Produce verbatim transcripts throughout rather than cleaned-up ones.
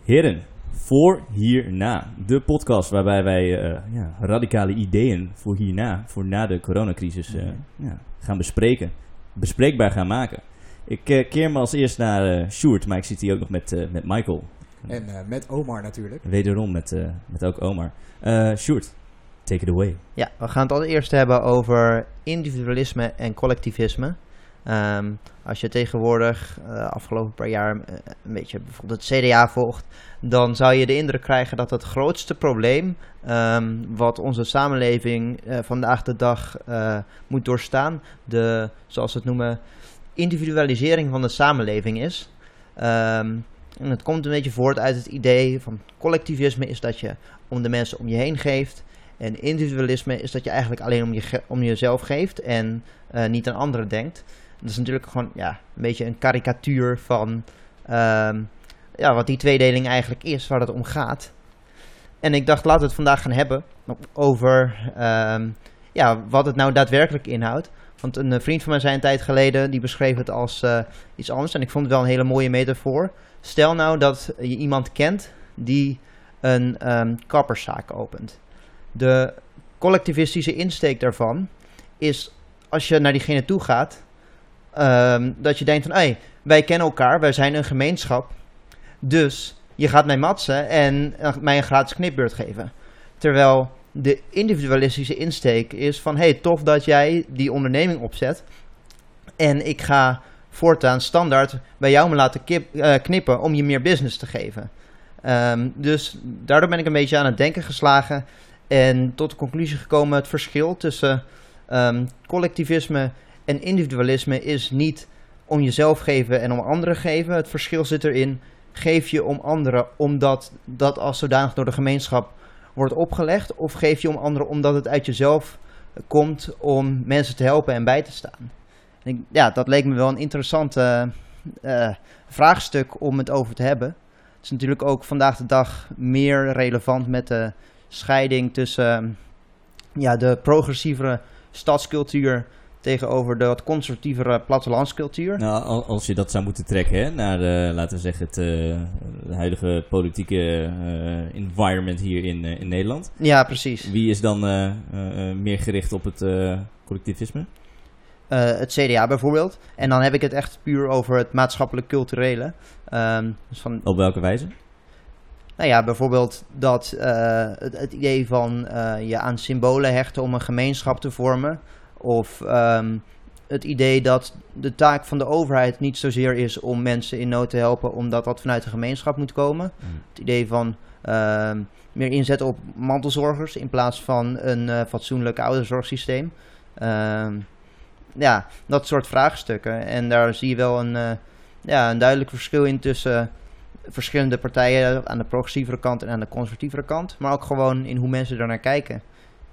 Heren, voor hierna. De podcast waarbij wij uh, ja, radicale ideeën voor hierna, voor na de coronacrisis uh, ja, gaan bespreken. Bespreekbaar gaan maken. Ik uh, keer me als eerst naar uh, Sjoerd, maar ik zit hier ook nog met, uh, met Michael. En uh, met Omar natuurlijk. Wederom met, uh, met ook Omar. Uh, Sjoerd, take it away. Ja, we gaan het allereerst hebben over individualisme en collectivisme. Um, als je tegenwoordig de uh, afgelopen paar jaar uh, een beetje bijvoorbeeld het C D A volgt, dan zou je de indruk krijgen dat het grootste probleem um, wat onze samenleving uh, vandaag de dag uh, moet doorstaan, de, zoals we het noemen, individualisering van de samenleving is. Um, en het komt een beetje voort uit het idee van collectivisme is dat je om de mensen om je heen geeft. En individualisme is dat je eigenlijk alleen om, je ge- om jezelf geeft en uh, niet aan anderen denkt. Dat is natuurlijk gewoon ja, een beetje een karikatuur van um, ja, wat die tweedeling eigenlijk is, waar het om gaat. En ik dacht, laten we het vandaag gaan hebben over um, ja, wat het nou daadwerkelijk inhoudt. Want een uh, vriend van mij zei een tijd geleden, die beschreef het als uh, iets anders. En ik vond het wel een hele mooie metafoor. Stel nou dat je iemand kent die een um, kapperszaak opent. De collectivistische insteek daarvan is, als je naar diegene toe gaat, um, dat je denkt van, hey, wij kennen elkaar, wij zijn een gemeenschap, dus je gaat mij matsen en uh, mij een gratis knipbeurt geven. Terwijl de individualistische insteek is van, hey, tof dat jij die onderneming opzet en ik ga voortaan standaard bij jou me laten kip, uh, knippen om je meer business te geven. Um, dus daardoor ben ik een beetje aan het denken geslagen en tot de conclusie gekomen, het verschil tussen um, collectivisme en individualisme is niet om jezelf geven en om anderen geven. Het verschil zit erin, geef je om anderen omdat dat als zodanig door de gemeenschap wordt opgelegd, of geef je om anderen omdat het uit jezelf komt om mensen te helpen en bij te staan. En ik, ja, dat leek me wel een interessant uh, uh, vraagstuk om het over te hebben. Het is natuurlijk ook vandaag de dag meer relevant met de scheiding tussen uh, ja, de progressievere stadscultuur tegenover de wat conservatievere plattelandscultuur. Nou, als je dat zou moeten trekken hè, naar de, laten we zeggen, het uh, de huidige politieke uh, environment hier in, uh, in Nederland. Ja, precies. Wie is dan uh, uh, meer gericht op het uh, collectivisme? Uh, het C D A bijvoorbeeld. En dan heb ik het echt puur over het maatschappelijk-culturele. Um, dus van, op welke wijze? Nou ja, bijvoorbeeld dat uh, het, het idee van uh, je aan symbolen hechten om een gemeenschap te vormen. Of um, het idee dat de taak van de overheid niet zozeer is om mensen in nood te helpen, omdat dat vanuit de gemeenschap moet komen. Mm. Het idee van uh, meer inzetten op mantelzorgers in plaats van een uh, fatsoenlijk ouderzorgsysteem. Uh, ja, dat soort vraagstukken. En daar zie je wel een, uh, ja, een duidelijk verschil in tussen verschillende partijen aan de progressievere kant en aan de conservatievere kant. Maar ook gewoon in hoe mensen er naar kijken.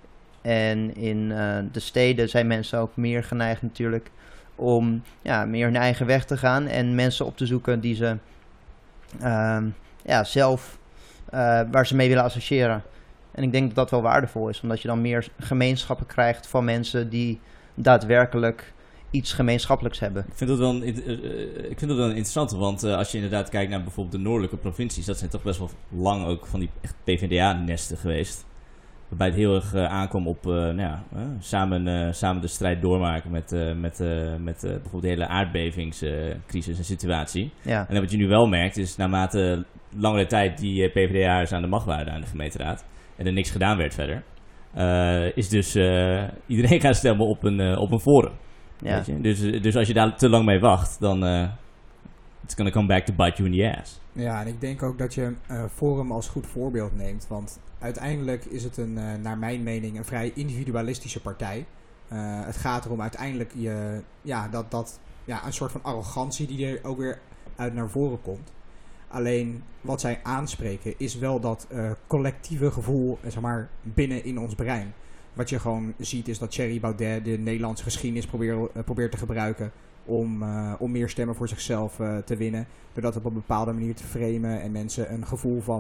En in uh, de steden zijn mensen ook meer geneigd natuurlijk om ja, meer hun eigen weg te gaan en mensen op te zoeken die ze uh, ja, zelf, uh, waar ze mee willen associëren. En ik denk dat dat wel waardevol is, omdat je dan meer gemeenschappen krijgt van mensen die daadwerkelijk iets gemeenschappelijks hebben. Ik vind dat wel een, uh, ik vind dat wel een interessante, want uh, als je inderdaad kijkt naar bijvoorbeeld de noordelijke provincies, dat zijn toch best wel lang ook van die echt P v d A-nesten geweest. Waarbij het heel erg uh, aankwam op uh, nou ja, uh, samen, uh, samen de strijd doormaken met, uh, met, uh, met uh, bijvoorbeeld de hele aardbevingscrisis uh, en situatie. Ja. En wat je nu wel merkt is naarmate langere tijd die uh, P v d A'ers aan de macht waren aan de gemeenteraad en er niks gedaan werd verder, uh, is dus uh, iedereen gaan stemmen op een, uh, op een forum. Ja. Weet je? Dus, dus als je daar te lang mee wacht, dan uh, it's gonna come back to bite you in the ass. Ja, en ik denk ook dat je uh, Forum als goed voorbeeld neemt. Want uiteindelijk is het een, uh, naar mijn mening, een vrij individualistische partij. Uh, het gaat erom uiteindelijk je, ja, dat, dat, ja, een soort van arrogantie die er ook weer uit naar voren komt. Alleen wat zij aanspreken is wel dat uh, collectieve gevoel, zeg maar, binnen in ons brein. Wat je gewoon ziet is dat Thierry Baudet de Nederlandse geschiedenis probeert, uh, probeert te gebruiken om, uh, om meer stemmen voor zichzelf uh, te winnen. Door dat op een bepaalde manier te framen en mensen een gevoel van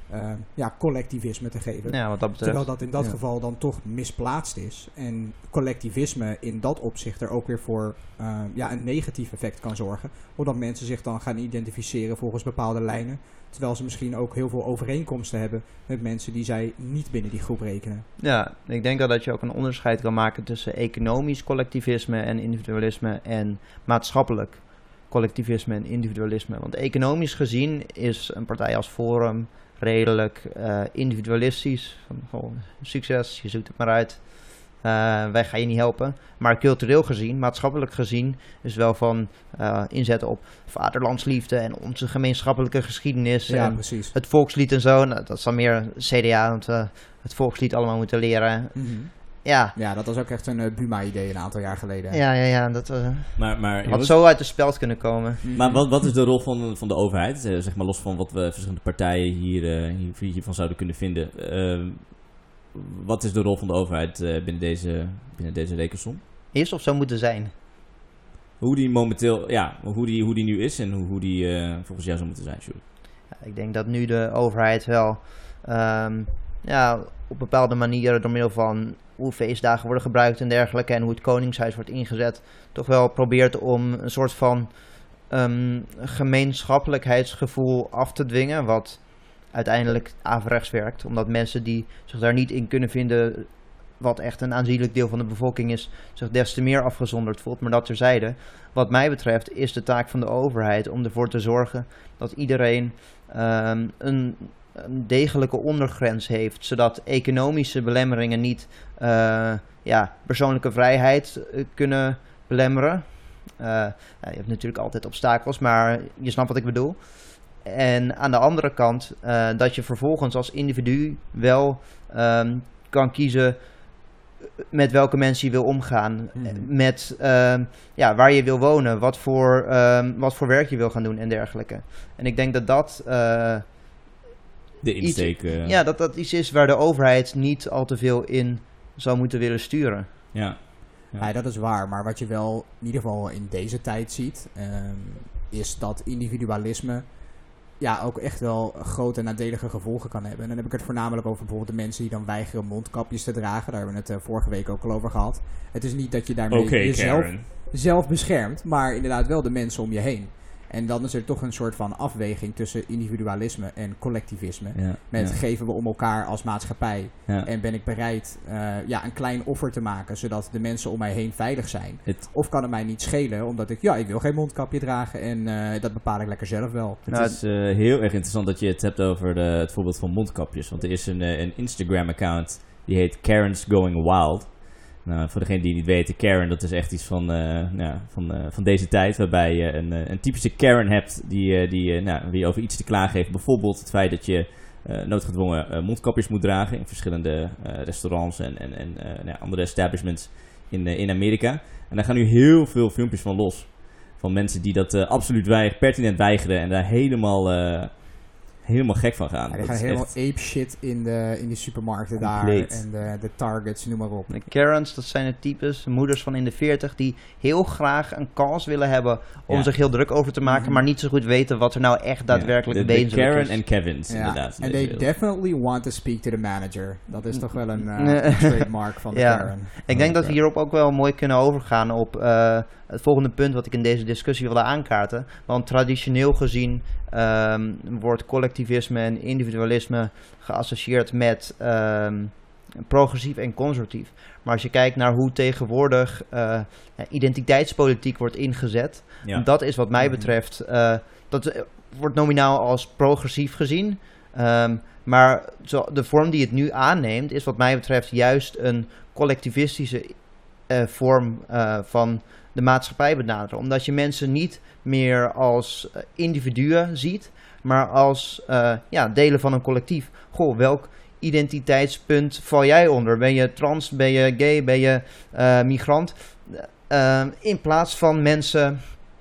uh, ja, collectivisme te geven. Ja, wat dat betreft. Terwijl dat in dat ja. geval dan toch misplaatst is. En collectivisme in dat opzicht er ook weer voor uh, ja, een negatief effect kan zorgen. Omdat mensen zich dan gaan identificeren volgens bepaalde lijnen. Terwijl ze misschien ook heel veel overeenkomsten hebben met mensen die zij niet binnen die groep rekenen. Ja, ik denk dat je ook een onderscheid kan maken tussen economisch collectivisme en individualisme en maatschappelijk collectivisme en individualisme. Want economisch gezien is een partij als Forum redelijk uh, individualistisch. Van, goh, succes, je zoekt het maar uit. Uh, wij gaan je niet helpen. Maar cultureel gezien, maatschappelijk gezien, is wel van uh, inzetten op vaderlandsliefde en onze gemeenschappelijke geschiedenis. Ja, en precies. het volkslied en zo. Nou, dat is dan meer C D A, want we het volkslied allemaal moeten leren. Mm-hmm. Ja. Ja, dat was ook echt een uh, Buma-idee een aantal jaar geleden. Ja, ja, ja. Dat uh, maar, maar, had jongens, zo uit de speld kunnen komen. Mm-hmm. Maar wat, wat is de rol van, van de overheid? Uh, zeg maar los van wat we verschillende partijen hier, uh, hier, hiervan zouden kunnen vinden. Uh, wat is de rol van de overheid uh, binnen, deze, binnen deze rekensom? Is of zou moeten zijn? Hoe die momenteel, ja, hoe die, hoe die nu is en hoe, hoe die uh, volgens jou zou moeten zijn, Sjoerd. Ja, ik denk dat nu de overheid wel um, ja, op bepaalde manieren door middel van hoe feestdagen worden gebruikt en dergelijke en hoe het Koningshuis wordt ingezet, toch wel probeert om een soort van um, gemeenschappelijkheidsgevoel af te dwingen, wat uiteindelijk averechts werkt, omdat mensen die zich daar niet in kunnen vinden, wat echt een aanzienlijk deel van de bevolking is, zich des te meer afgezonderd voelt. Maar dat terzijde, wat mij betreft is de taak van de overheid om ervoor te zorgen dat iedereen um, een, een degelijke ondergrens heeft, zodat economische belemmeringen niet uh, ja, persoonlijke vrijheid uh, kunnen belemmeren. Uh, ja, je hebt natuurlijk altijd obstakels, maar je snapt wat ik bedoel. En aan de andere kant uh, dat je vervolgens als individu wel um, kan kiezen met welke mensen je wil omgaan, mm-hmm. met uh, ja, waar je wil wonen, wat voor, um, wat voor werk je wil gaan doen en dergelijke. En ik denk dat dat uh, de insteek. Iets, uh... ja, dat dat iets is waar de overheid niet al te veel in zou moeten willen sturen. Ja. Ja. Ja, dat is waar. Maar wat je wel in ieder geval in deze tijd ziet, um, is dat individualisme ja, ook echt wel grote en nadelige gevolgen kan hebben. En dan heb ik het voornamelijk over bijvoorbeeld de mensen die dan weigeren mondkapjes te dragen. Daar hebben we het uh, vorige week ook al over gehad. Het is niet dat je daarmee okay, jezelf zelf beschermt, maar inderdaad wel de mensen om je heen. En dan is er toch een soort van afweging tussen individualisme en collectivisme. Ja, met ja. geven we om elkaar als maatschappij ja. en ben ik bereid uh, ja, een klein offer te maken zodat de mensen om mij heen veilig zijn. Het, of kan het mij niet schelen omdat ik, ja, ik wil geen mondkapje dragen en uh, dat bepaal ik lekker zelf wel. Het nou, is uh, heel erg interessant dat je het hebt over de, het voorbeeld van mondkapjes. Want er is een, een Instagram account die heet Karen's Going Wild. Nou, voor degene die niet weten, Karen, dat is echt iets van, uh, nou, van, uh, van deze tijd. Waarbij je een, een typische Karen hebt die, uh, die, uh, nou, die over iets te klagen heeft. Bijvoorbeeld het feit dat je uh, noodgedwongen uh, mondkapjes moet dragen in verschillende uh, restaurants en, en, en uh, nou, andere establishments in, uh, in Amerika. En daar gaan nu heel veel filmpjes van los. Van mensen die dat uh, absoluut weigeren, pertinent weigeren en daar helemaal... Uh, helemaal gek van gaan. Ja, die gaan helemaal echt ape shit in de, in de supermarkten compleet. Daar en de, de Targets, noem maar op. De Karens, dat zijn de types, moeders van in de veertig die heel graag een kans willen hebben om ja. zich heel druk over te maken, mm-hmm. maar niet zo goed weten wat er nou echt daadwerkelijk ja, de, wezenlijk de Karen is. en Kevin's, ja. inderdaad. En they wereld. definitely want to speak to the manager. Dat is toch wel een uh, trademark van de ja. Karen. Ik denk dat we hierop ook wel mooi kunnen overgaan op uh, het volgende punt wat ik in deze discussie wilde aankaarten. Want traditioneel gezien um, wordt collectivisme en individualisme geassocieerd met um, progressief en conservatief. Maar als je kijkt naar hoe tegenwoordig uh, ja, identiteitspolitiek wordt ingezet, ja. dat is wat mij betreft, uh, dat uh, wordt nominaal als progressief gezien. Um, maar zo, de vorm die het nu aanneemt is wat mij betreft juist een collectivistische uh, vorm uh, van de maatschappij benaderen. Omdat je mensen niet meer als uh, individuen ziet, maar als uh, ja, delen van een collectief. Goh, welk identiteitspunt val jij onder? Ben je trans, ben je gay, ben je uh, migrant? Uh, in plaats van mensen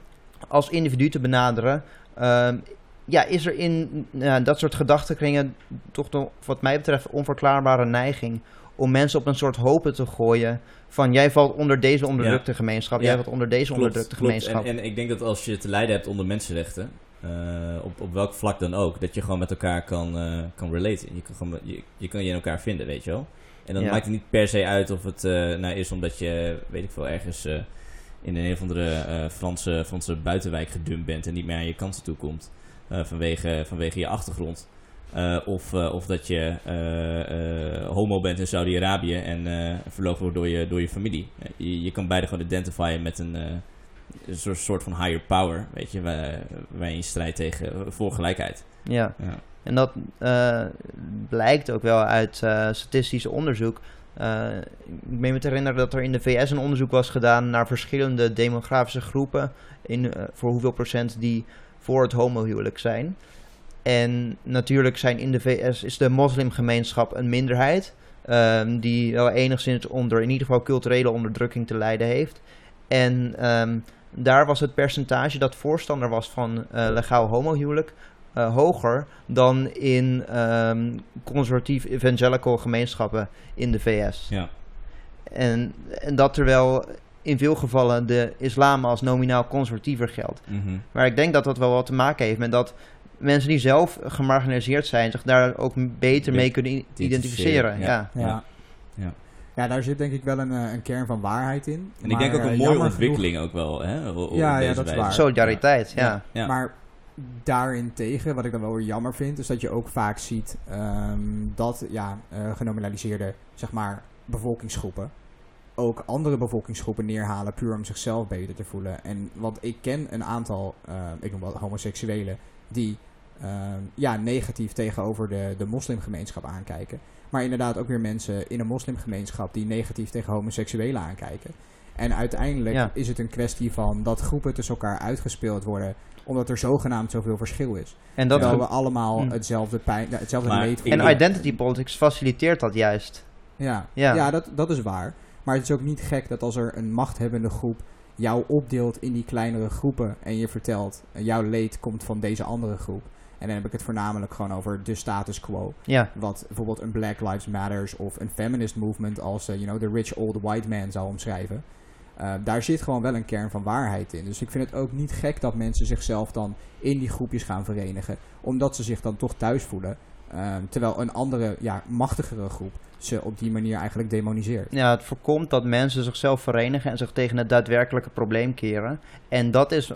als individu te benaderen, uh, ja, is er in uh, dat soort gedachtenkringen toch nog, wat mij betreft, onverklaarbare neiging om mensen op een soort hopen te gooien van jij valt onder deze onderdrukte ja. gemeenschap, ja. jij valt onder deze klopt, onderdrukte klopt. gemeenschap. En, en ik denk dat als je te lijden hebt onder mensenrechten, Uh, op, op welk vlak dan ook, dat je gewoon met elkaar kan, uh, kan relaten. Je kan, gewoon, je, je kan je in elkaar vinden, weet je wel. En dan ja. maakt het niet per se uit of het uh, nou is omdat je, weet ik veel, ergens uh, in een of andere uh, Franse, Franse buitenwijk gedumpt bent en niet meer aan je kansen toe komt uh, vanwege, vanwege je achtergrond. Uh, of, uh, of dat je uh, uh, homo bent in Saudi-Arabië en uh, verloofd wordt door je, door je familie. Je, je kan beide gewoon identifieren met een, uh, een soort, soort van higher power, weet je, waar, waar je strijdt tegen voor gelijkheid. Ja, ja. En dat uh, blijkt ook wel uit uh, statistisch onderzoek. Uh, ik meen me te herinneren dat er in de V S een onderzoek was gedaan naar verschillende demografische groepen in, uh, voor hoeveel procent die voor het homohuwelijk zijn. En natuurlijk zijn in de V S is de moslimgemeenschap een minderheid um, die wel enigszins onder in ieder geval culturele onderdrukking te lijden heeft. En um, daar was het percentage dat voorstander was van uh, legaal homohuwelijk uh, hoger dan in um, conservatief evangelical gemeenschappen in de V S. Ja. En, en dat terwijl in veel gevallen de islam als nominaal conservatiever geldt. Mm-hmm. Maar ik denk dat dat wel wat te maken heeft met dat mensen die zelf gemarginaliseerd zijn zich daar ook beter mee kunnen identificeren. Ja. Ja. Ja. Ja. Ja, daar zit denk ik wel een, een kern van waarheid in. En ik denk ook een mooie ontwikkeling ook wel. Hè, op ja, deze ja, dat is wijze. waar. Solidariteit, ja. Ja. Ja. Maar daarentegen, wat ik dan wel weer jammer vind, is dat je ook vaak ziet um, dat ja, uh, genominaliseerde, zeg maar, bevolkingsgroepen ook andere bevolkingsgroepen neerhalen puur om zichzelf beter te voelen. En want ik ken een aantal, uh, ik noem wel homoseksuelen, die uh, ja, negatief tegenover de, de moslimgemeenschap aankijken. Maar inderdaad ook weer mensen in een moslimgemeenschap die negatief tegen homoseksuelen aankijken. En uiteindelijk ja. is het een kwestie van dat groepen tussen elkaar uitgespeeld worden, omdat er zogenaamd zoveel verschil is. En dat we allemaal mm. hetzelfde pijn, hetzelfde maar leed voelen. En identity politics faciliteert dat juist. Ja, ja. ja dat, dat is waar. Maar het is ook niet gek dat als er een machthebbende groep jou opdeelt in die kleinere groepen en je vertelt, jouw leed komt van deze andere groep. En dan heb ik het voornamelijk gewoon over de status quo. Ja. Wat bijvoorbeeld een Black Lives Matters of een feminist movement als uh, you know, the rich old white man zou omschrijven. Uh, daar zit gewoon wel een kern van waarheid in. Dus ik vind het ook niet gek dat mensen zichzelf dan in die groepjes gaan verenigen. Omdat ze zich dan toch thuis voelen. Uh, terwijl een andere, ja, machtigere groep ze op die manier eigenlijk demoniseert. Ja, het voorkomt dat mensen zichzelf verenigen en zich tegen het daadwerkelijke probleem keren. En dat is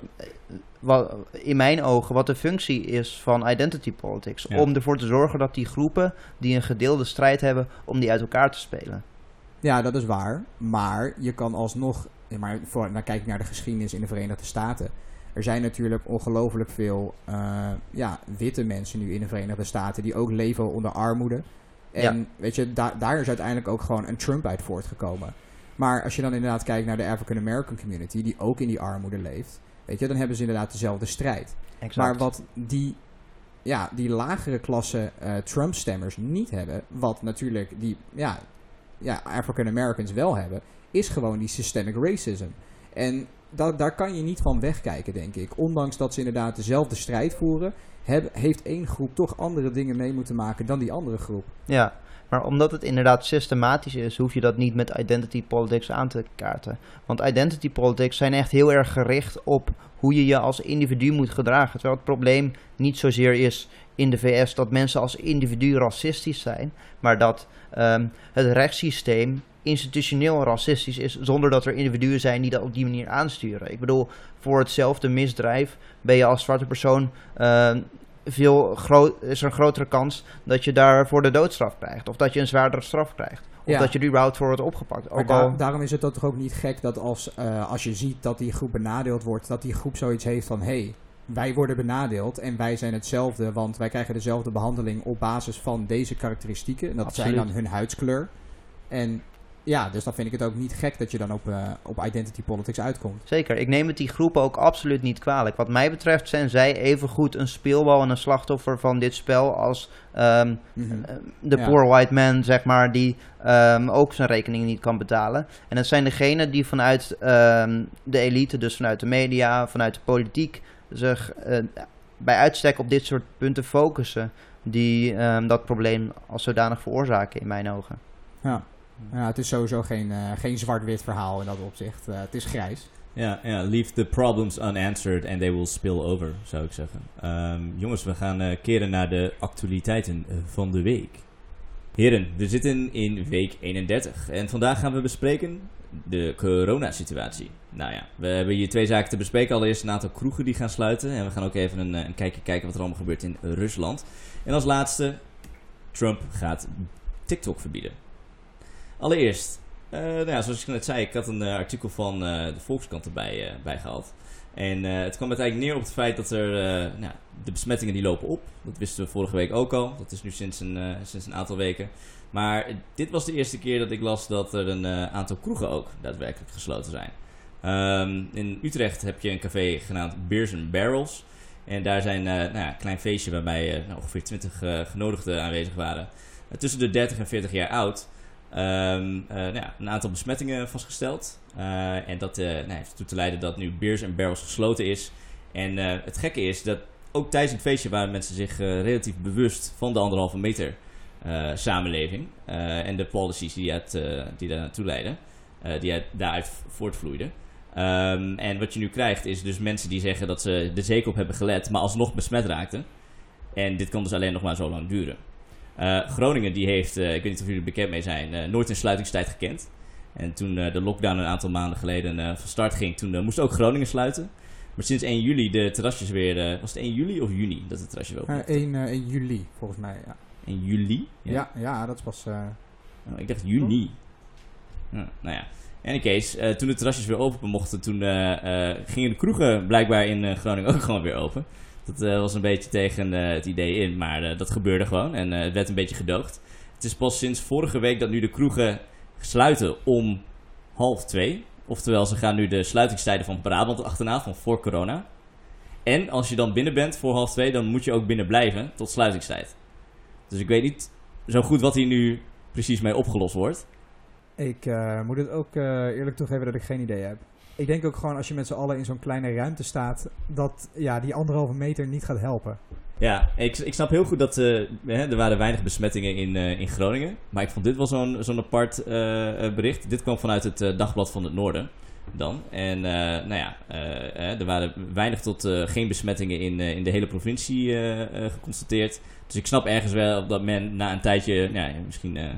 wat, in mijn ogen wat de functie is van identity politics. Ja. Om ervoor te zorgen dat die groepen die een gedeelde strijd hebben, om die uit elkaar te spelen. Ja, dat is waar. Maar je kan alsnog, maar voor, dan kijk ik naar de geschiedenis in de Verenigde Staten. Er zijn natuurlijk ongelooflijk veel uh, ja, witte mensen nu in de Verenigde Staten die ook leven onder armoede. En ja. weet je, da- daar is uiteindelijk ook gewoon een Trump uit voortgekomen. Maar als je dan inderdaad kijkt naar de African American community, die ook in die armoede leeft, weet je, dan hebben ze inderdaad dezelfde strijd. Exact. Maar wat die, ja, die lagere klasse uh, Trump-stemmers niet hebben, wat natuurlijk die ja, ja, African Americans wel hebben, is gewoon die systemic racism. En da- daar kan je niet van wegkijken, denk ik. Ondanks dat ze inderdaad dezelfde strijd voeren, heb, heeft één groep toch andere dingen mee moeten maken dan die andere groep. Ja, maar omdat het inderdaad systematisch is, hoef je dat niet met identity politics aan te kaarten. Want identity politics zijn echt heel erg gericht op hoe je je als individu moet gedragen. Terwijl het probleem niet zozeer is in de V S dat mensen als individu racistisch zijn, maar dat um, het rechtssysteem institutioneel racistisch is, zonder dat er individuen zijn die dat op die manier aansturen. Ik bedoel, voor hetzelfde misdrijf ben je als zwarte persoon uh, veel groot, is er een grotere kans dat je daarvoor de doodstraf krijgt, of dat je een zwaardere straf krijgt, of ja. dat je er überhaupt voor wordt opgepakt. Ook da- al... Daarom is het toch ook niet gek dat als, uh, als je ziet dat die groep benadeeld wordt, dat die groep zoiets heeft van, hé, hey, wij worden benadeeld en wij zijn hetzelfde, want wij krijgen dezelfde behandeling op basis van deze karakteristieken. En dat Absoluut. zijn dan hun huidskleur. En ja, dus dan vind ik het ook niet gek dat je dan op, uh, op identity politics uitkomt. Zeker, ik neem het die groepen ook absoluut niet kwalijk. Wat mij betreft zijn zij evengoed een speelbal en een slachtoffer van dit spel als um, mm-hmm. de ja. poor white man, zeg maar, die um, ook zijn rekening niet kan betalen. En het zijn degenen die vanuit um, de elite, dus vanuit de media, vanuit de politiek, zich uh, bij uitstek op dit soort punten focussen, die um, dat probleem als zodanig veroorzaken in mijn ogen. Ja. Ja, het is sowieso geen, uh, geen zwart-wit verhaal in dat opzicht. Uh, het is grijs. Ja, ja, leave the problems unanswered and they will spill over, zou ik zeggen. Um, jongens, we gaan uh, keren naar de actualiteiten uh, van de week. Heren, we zitten in week eenendertig en vandaag gaan we bespreken de coronasituatie. Nou ja, we hebben hier twee zaken te bespreken. Allereerst een aantal kroegen die gaan sluiten en we gaan ook even een, een kijkje kijken wat er allemaal gebeurt in Rusland. En als laatste, Trump gaat TikTok verbieden. Allereerst, uh, nou ja, zoals ik net zei, ik had een uh, artikel van uh, de Volkskrant erbij uh, bij gehaald. En uh, het kwam uiteindelijk neer op het feit dat er, uh, nou, de besmettingen die lopen op. Dat wisten we vorige week ook al. Dat is nu sinds een, uh, sinds een aantal weken. Maar dit was de eerste keer dat ik las dat er een uh, aantal kroegen ook daadwerkelijk gesloten zijn. Um, in Utrecht heb je een café genaamd Beers and Barrels. En daar zijn uh, nou ja, een klein feestje waarbij uh, nou, ongeveer twintig uh, genodigden aanwezig waren. Uh, tussen de dertig en veertig jaar oud. Um, uh, nou ja, een aantal besmettingen vastgesteld. Uh, en dat uh, nou, heeft ertoe te leiden dat nu Beers and Barrels gesloten is. En uh, het gekke is dat ook tijdens het feestje waren mensen zich uh, relatief bewust van de anderhalve meter uh, samenleving. Uh, en de policies die, uit, uh, die daar naartoe leiden. Uh, die uit, daaruit voortvloeiden. Um, en wat je nu krijgt is dus mensen die zeggen dat ze er zeker op hebben gelet, maar alsnog besmet raakten. En dit kan dus alleen nog maar zo lang duren. Uh, Groningen die heeft, uh, ik weet niet of jullie er bekend mee zijn, uh, nooit een sluitingstijd gekend. En toen uh, de lockdown een aantal maanden geleden uh, van start ging, toen uh, moest ook Groningen sluiten. Maar sinds één juli de terrasjes weer, uh, was het één juli of juni dat de terrasjes weer open uh, één, uh, één juli volgens mij, ja. één juli? Ja, ja, ja dat was... Uh... Oh, ik dacht juni. Oh, nou ja. In any case, uh, toen de terrasjes weer open mochten, toen uh, uh, gingen de kroegen blijkbaar in uh, Groningen ook gewoon weer open. Dat uh, was een beetje tegen uh, het idee in, maar uh, dat gebeurde gewoon en uh, het werd een beetje gedoogd. Het is pas sinds vorige week dat nu de kroegen sluiten om half twee. Oftewel, ze gaan nu de sluitingstijden van Brabant achterna, van voor corona. En als je dan binnen bent voor half twee, dan moet je ook binnen blijven tot sluitingstijd. Dus ik weet niet zo goed wat hier nu precies mee opgelost wordt. Ik uh, moet het ook uh, eerlijk toegeven dat ik geen idee heb. Ik denk ook gewoon als je met z'n allen in zo'n kleine ruimte staat, dat ja, die anderhalve meter niet gaat helpen. Ja, ik, ik snap heel goed dat uh, hè, er waren weinig besmettingen in, uh, in Groningen. Maar ik vond dit wel zo'n, zo'n apart uh, bericht. Dit kwam vanuit het uh, Dagblad van het Noorden dan. En uh, nou ja, uh, er waren weinig tot uh, geen besmettingen in, uh, in de hele provincie uh, uh, geconstateerd. Dus ik snap ergens wel dat men na een tijdje ja, misschien uh, uh,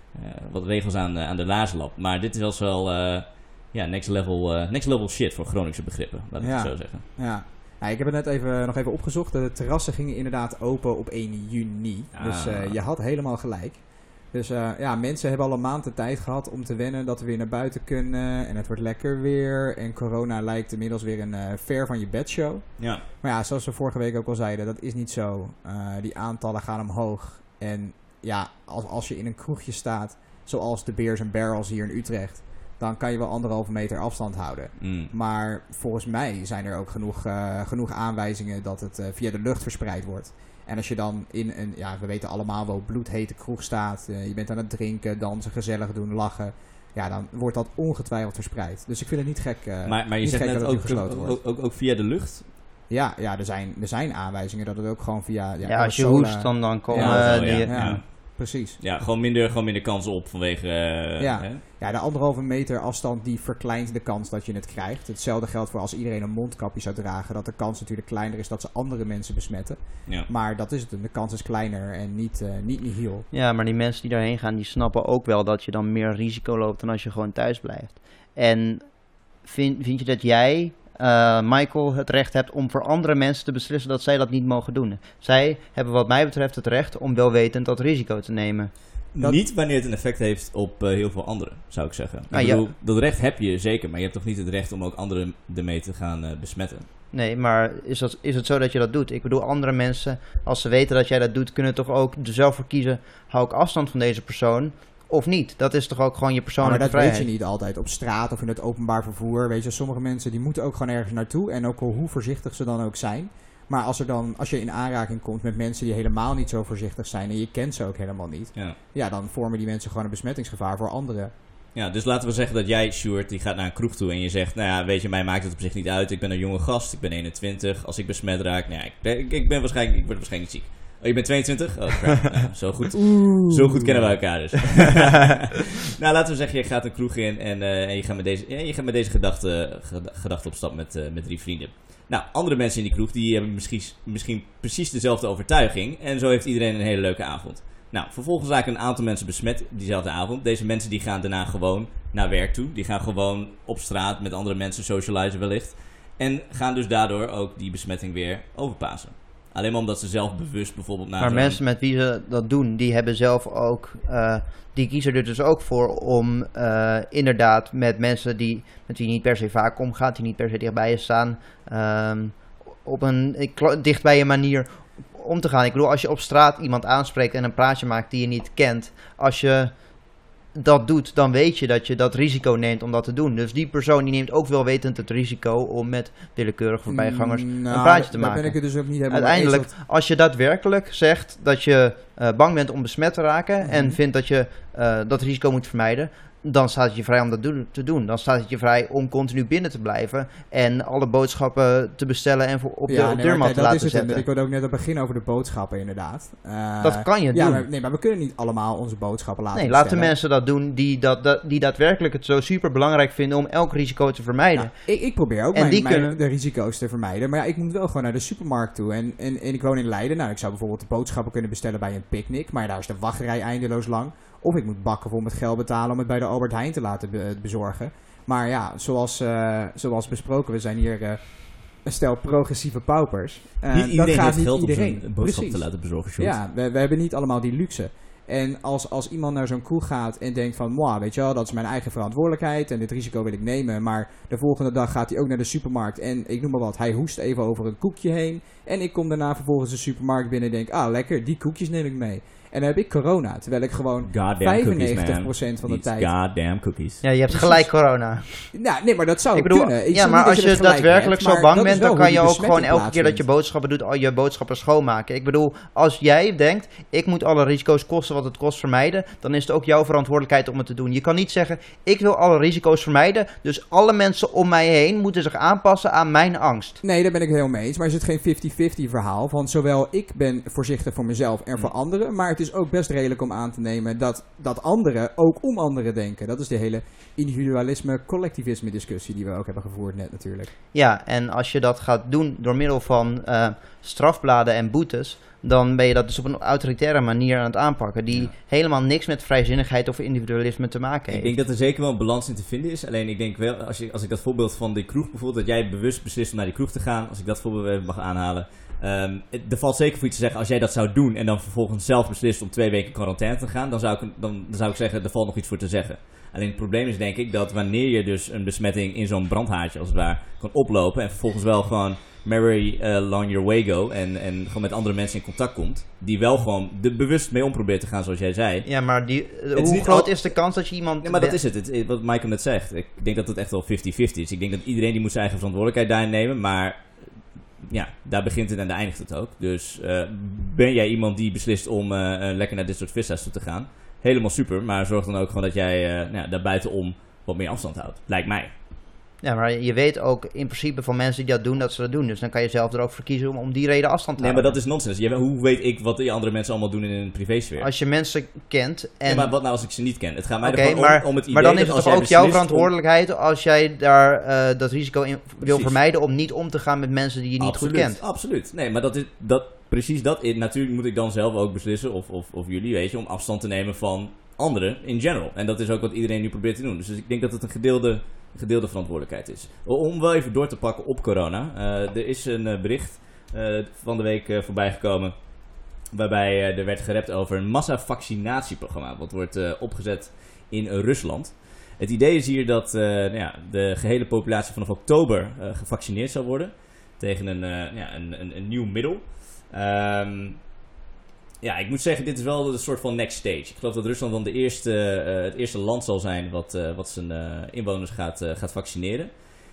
wat regels aan, uh, aan de laars lapt. Maar dit was wel uh, ja, next, level, uh, next level shit voor Groningse begrippen, laat ik ja. het zo zeggen. Ja. Ja, ik heb het net even, nog even opgezocht. De terrassen gingen inderdaad open op één juni. Ah. Dus uh, je had helemaal gelijk. Dus uh, ja, mensen hebben al een maand de tijd gehad om te wennen dat we weer naar buiten kunnen. En het wordt lekker weer. En corona lijkt inmiddels weer een uh, ver van je bedshow. Ja. Maar ja, zoals we vorige week ook al zeiden, dat is niet zo. Uh, die aantallen gaan omhoog. En ja, als, als je in een kroegje staat, zoals de Beers and Barrels hier in Utrecht, dan kan je wel anderhalve meter afstand houden. Mm. Maar volgens mij zijn er ook genoeg, uh, genoeg aanwijzingen dat het uh, via de lucht verspreid wordt. En als je dan in een, ja, we weten allemaal wel, bloedhete kroeg staat. Uh, je bent aan het drinken, dansen, gezellig doen, lachen. Ja, dan wordt dat ongetwijfeld verspreid. Dus ik vind het niet gek, uh, maar, maar je niet zegt gek net dat het ook, gesloten ook, wordt. ook, ook, ook via de lucht? Ja, ja er, zijn, er zijn aanwijzingen dat het ook gewoon via... Ja, ja als je sola, hoest, dan, dan komen ja, uh, ja, die... ja. Ja, precies. Ja, gewoon minder, gewoon minder kans op vanwege... Uh, ja. Hè? ja, de anderhalve meter afstand die verkleint de kans dat je het krijgt. Hetzelfde geldt voor als iedereen een mondkapje zou dragen. Dat de kans natuurlijk kleiner is dat ze andere mensen besmetten. Ja. Maar dat is het. De kans is kleiner en niet, uh, niet nihil. Ja, maar die mensen die daarheen gaan, die snappen ook wel dat je dan meer risico loopt dan als je gewoon thuis blijft. En vind, vind je dat jij... Uh, Michael het recht hebt om voor andere mensen te beslissen dat zij dat niet mogen doen. Zij hebben wat mij betreft het recht om welwetend dat risico te nemen. Dat... Niet wanneer het een effect heeft op uh, heel veel anderen, zou ik zeggen. Ah, ik bedoel, ja. Dat recht heb je zeker, maar je hebt toch niet het recht om ook anderen ermee te gaan uh, besmetten? Nee, maar is, dat, is het zo dat je dat doet? Ik bedoel, andere mensen, als ze weten dat jij dat doet, kunnen toch ook er zelf voor kiezen, hou ik afstand van deze persoon of niet? Dat is toch ook gewoon je persoonlijke maar dat vrijheid? weet je niet altijd op straat of in het openbaar vervoer. Weet je, sommige mensen die moeten ook gewoon ergens naartoe. En ook al hoe voorzichtig ze dan ook zijn. Maar als, er dan, als je in aanraking komt met mensen die helemaal niet zo voorzichtig zijn en je kent ze ook helemaal niet. Ja, ja dan vormen die mensen gewoon een besmettingsgevaar voor anderen. Ja, dus laten we zeggen dat jij, Sjoerd, die gaat naar een kroeg toe en je zegt, nou ja, weet je, mij maakt het op zich niet uit. Ik ben een jonge gast, ik ben eenentwintig. Als ik besmet raak, nou ja, ik ben, ik, ik ben waarschijnlijk, ik word waarschijnlijk niet ziek. Oh, je bent tweeëntwintig? Oh, crap. Nou, zo, goed, zo goed kennen we elkaar dus. Nou, laten we zeggen, je gaat een kroeg in en, uh, en je gaat met deze, ja, je gaat met deze gedachte, gedachte op stap met, uh, met drie vrienden. Nou, andere mensen in die kroeg die hebben misschien, misschien precies dezelfde overtuiging. En zo heeft iedereen een hele leuke avond. Nou, vervolgens raken een aantal mensen besmet diezelfde avond. Deze mensen die gaan daarna gewoon naar werk toe. Die gaan gewoon op straat met andere mensen socializen wellicht. En gaan dus daardoor ook die besmetting weer overpassen. Alleen maar omdat ze zelf bewust bijvoorbeeld naar Maar zo'n... mensen met wie ze dat doen, die hebben zelf ook, uh, die kiezen er dus ook voor om uh, inderdaad met mensen die, met wie je niet per se vaak omgaat, die niet per se dichtbij je staan, um, op een dichtbij je manier om te gaan. Ik bedoel, als je op straat iemand aanspreekt en een praatje maakt die je niet kent, als je dat doet, dan weet je dat je dat risico neemt om dat te doen. Dus die persoon die neemt ook wel wetend het risico om met willekeurig voorbijgangers Mm, nou, een praatje te daar maken. ben ik het dus ook niet helemaal Uiteindelijk, eens dat- als je daadwerkelijk zegt dat je uh, bang bent om besmet te raken Mhm. en vindt dat je uh, dat risico moet vermijden, dan staat het je vrij om dat doen, te doen. Dan staat het je vrij om continu binnen te blijven en alle boodschappen te bestellen en voor, op Ja, de nee, op maar deurmat kijk, te dat laten is het. zetten. Ik wilde ook net op het begin over de boodschappen inderdaad. Uh, Dat kan je ja, doen. Maar, nee, maar we kunnen niet allemaal onze boodschappen laten Nee, bestellen. laten mensen dat doen die, dat, dat, die daadwerkelijk het zo super belangrijk vinden om elk risico te vermijden. Ja, ik, ik probeer ook En mijn, die mijn- kunnen- de risico's te vermijden. Maar ja, ik moet wel gewoon naar de supermarkt toe. En, en, en ik woon in Leiden. Nou, ik zou bijvoorbeeld de boodschappen kunnen bestellen bij een picknick. Maar daar is de wachtrij eindeloos lang. Of ik moet bakken voor met geld betalen om het bij de Albert Heijn te laten be- bezorgen. Maar ja, zoals, uh, zoals besproken, we zijn hier uh, een stel progressieve paupers. Uh, Niet iedereen dat gaat heeft niet geld iedereen. om zijn boodschap Precies. te laten bezorgen, Sjoerd. Ja, we, we hebben niet allemaal die luxe. En als, als iemand naar zo'n kroeg gaat en denkt van, moi, weet je wel, dat is mijn eigen verantwoordelijkheid en dit risico wil ik nemen. Maar de volgende dag gaat hij ook naar de supermarkt en ik noem maar wat, hij hoest even over een koekje heen. En ik kom daarna vervolgens de supermarkt binnen en denk, ah lekker, die koekjes neem ik mee. En dan heb ik corona, terwijl ik gewoon Goddamn vijfennegentig procent cookies, van de These tijd... goddamn cookies. Ja, je hebt Precies. gelijk corona. Nou, nee, maar dat zou Ik bedoel, kunnen. Ik ja, zeg maar niet dat als je het gelijk daadwerkelijk hebt, zo maar bang dat is bent, wel dan hoe kan je die ook gewoon besmetting elke keer dat je plaatsvindt. boodschappen doet, al je boodschappen schoonmaken. Ik bedoel, als jij denkt, ik moet alle risico's kosten wat het kost vermijden, dan is het ook jouw verantwoordelijkheid om het te doen. Je kan niet zeggen, ik wil alle risico's vermijden, dus alle mensen om mij heen moeten zich aanpassen aan mijn angst. Nee, daar ben ik het helemaal mee eens. Maar is het geen vijftig-vijftig verhaal? Want zowel ik ben voorzichtig voor mezelf en voor anderen. Maar het is ook best redelijk om aan te nemen dat, dat anderen ook om anderen denken. Dat is de hele individualisme-collectivisme discussie die we ook hebben gevoerd net natuurlijk. Ja, en als je dat gaat doen door middel van uh, strafbladen en boetes, dan ben je dat dus op een autoritaire manier aan het aanpakken, die Ja. helemaal niks met vrijzinnigheid of individualisme te maken heeft. Ik denk dat er zeker wel een balans in te vinden is. Alleen ik denk wel, als, je, als ik dat voorbeeld van die kroeg bijvoorbeeld, dat jij bewust beslist om naar die kroeg te gaan, als ik dat voorbeeld even mag aanhalen. Um, het, er valt zeker voor iets te zeggen, als jij dat zou doen en dan vervolgens zelf beslist om twee weken in quarantaine te gaan, dan zou ik, dan, dan zou ik zeggen, er valt nog iets voor te zeggen. Alleen het probleem is denk ik dat wanneer je dus een besmetting in zo'n brandhaartje als het ware kan oplopen en vervolgens wel gewoon merry uh, along your way go en, en gewoon met andere mensen in contact komt, die wel gewoon er bewust mee om probeert te gaan zoals jij zei. Ja, maar die, is hoe niet groot al- is de kans dat je iemand... Ja, maar dat is het. het, het wat Michael net zegt. Ik denk dat het echt wel vijftig-vijftig is. Ik denk dat iedereen die moet zijn eigen verantwoordelijkheid daarin nemen. Maar ja, daar begint het en daar eindigt het ook. Dus uh, ben jij iemand die beslist om uh, uh, lekker naar dit soort vishuis toe te gaan? Helemaal super. Maar zorg dan ook gewoon dat jij uh, nou ja, daar buitenom wat meer afstand houdt. Lijkt mij. Ja, maar je weet ook in principe van mensen die dat doen, dat ze dat doen. Dus dan kan je zelf er ook voor kiezen om, om die reden afstand te Nee, maar houden. dat is nonsens. Je, hoe weet ik wat die andere mensen allemaal doen in een privésfeer? Als je mensen kent en... Ja, maar wat nou als ik ze niet ken? Het gaat mij Oké, er gewoon maar, om, om het idee maar dan dat is het als toch jij ook jouw beslist om- verantwoordelijkheid als jij daar uh, dat risico in wil Precies. vermijden om niet om te gaan met mensen die je niet absoluut, goed kent. Absoluut. Nee, maar dat is dat, precies dat. is- Natuurlijk moet ik dan zelf ook beslissen, of, of, of jullie, weet je, om afstand te nemen van anderen in general. En dat is ook wat iedereen nu probeert te doen. Dus ik denk dat het een gedeelde, gedeelde verantwoordelijkheid is. Om wel even door te pakken op corona. Uh, er is een uh, bericht uh, van de week uh, voorbij gekomen, waarbij uh, er werd gerept over een massavaccinatieprogramma. Wat wordt uh, opgezet in uh, Rusland. Het idee is hier dat uh, nou ja, de gehele populatie vanaf oktober uh, gevaccineerd zal worden tegen een, uh, ja, een, een, een nieuw middel. Um, ja, ik moet zeggen, dit is wel een soort van next stage. Ik geloof dat Rusland dan de eerste, uh, het eerste land zal zijn wat, uh, wat zijn uh, inwoners gaat, uh, gaat vaccineren.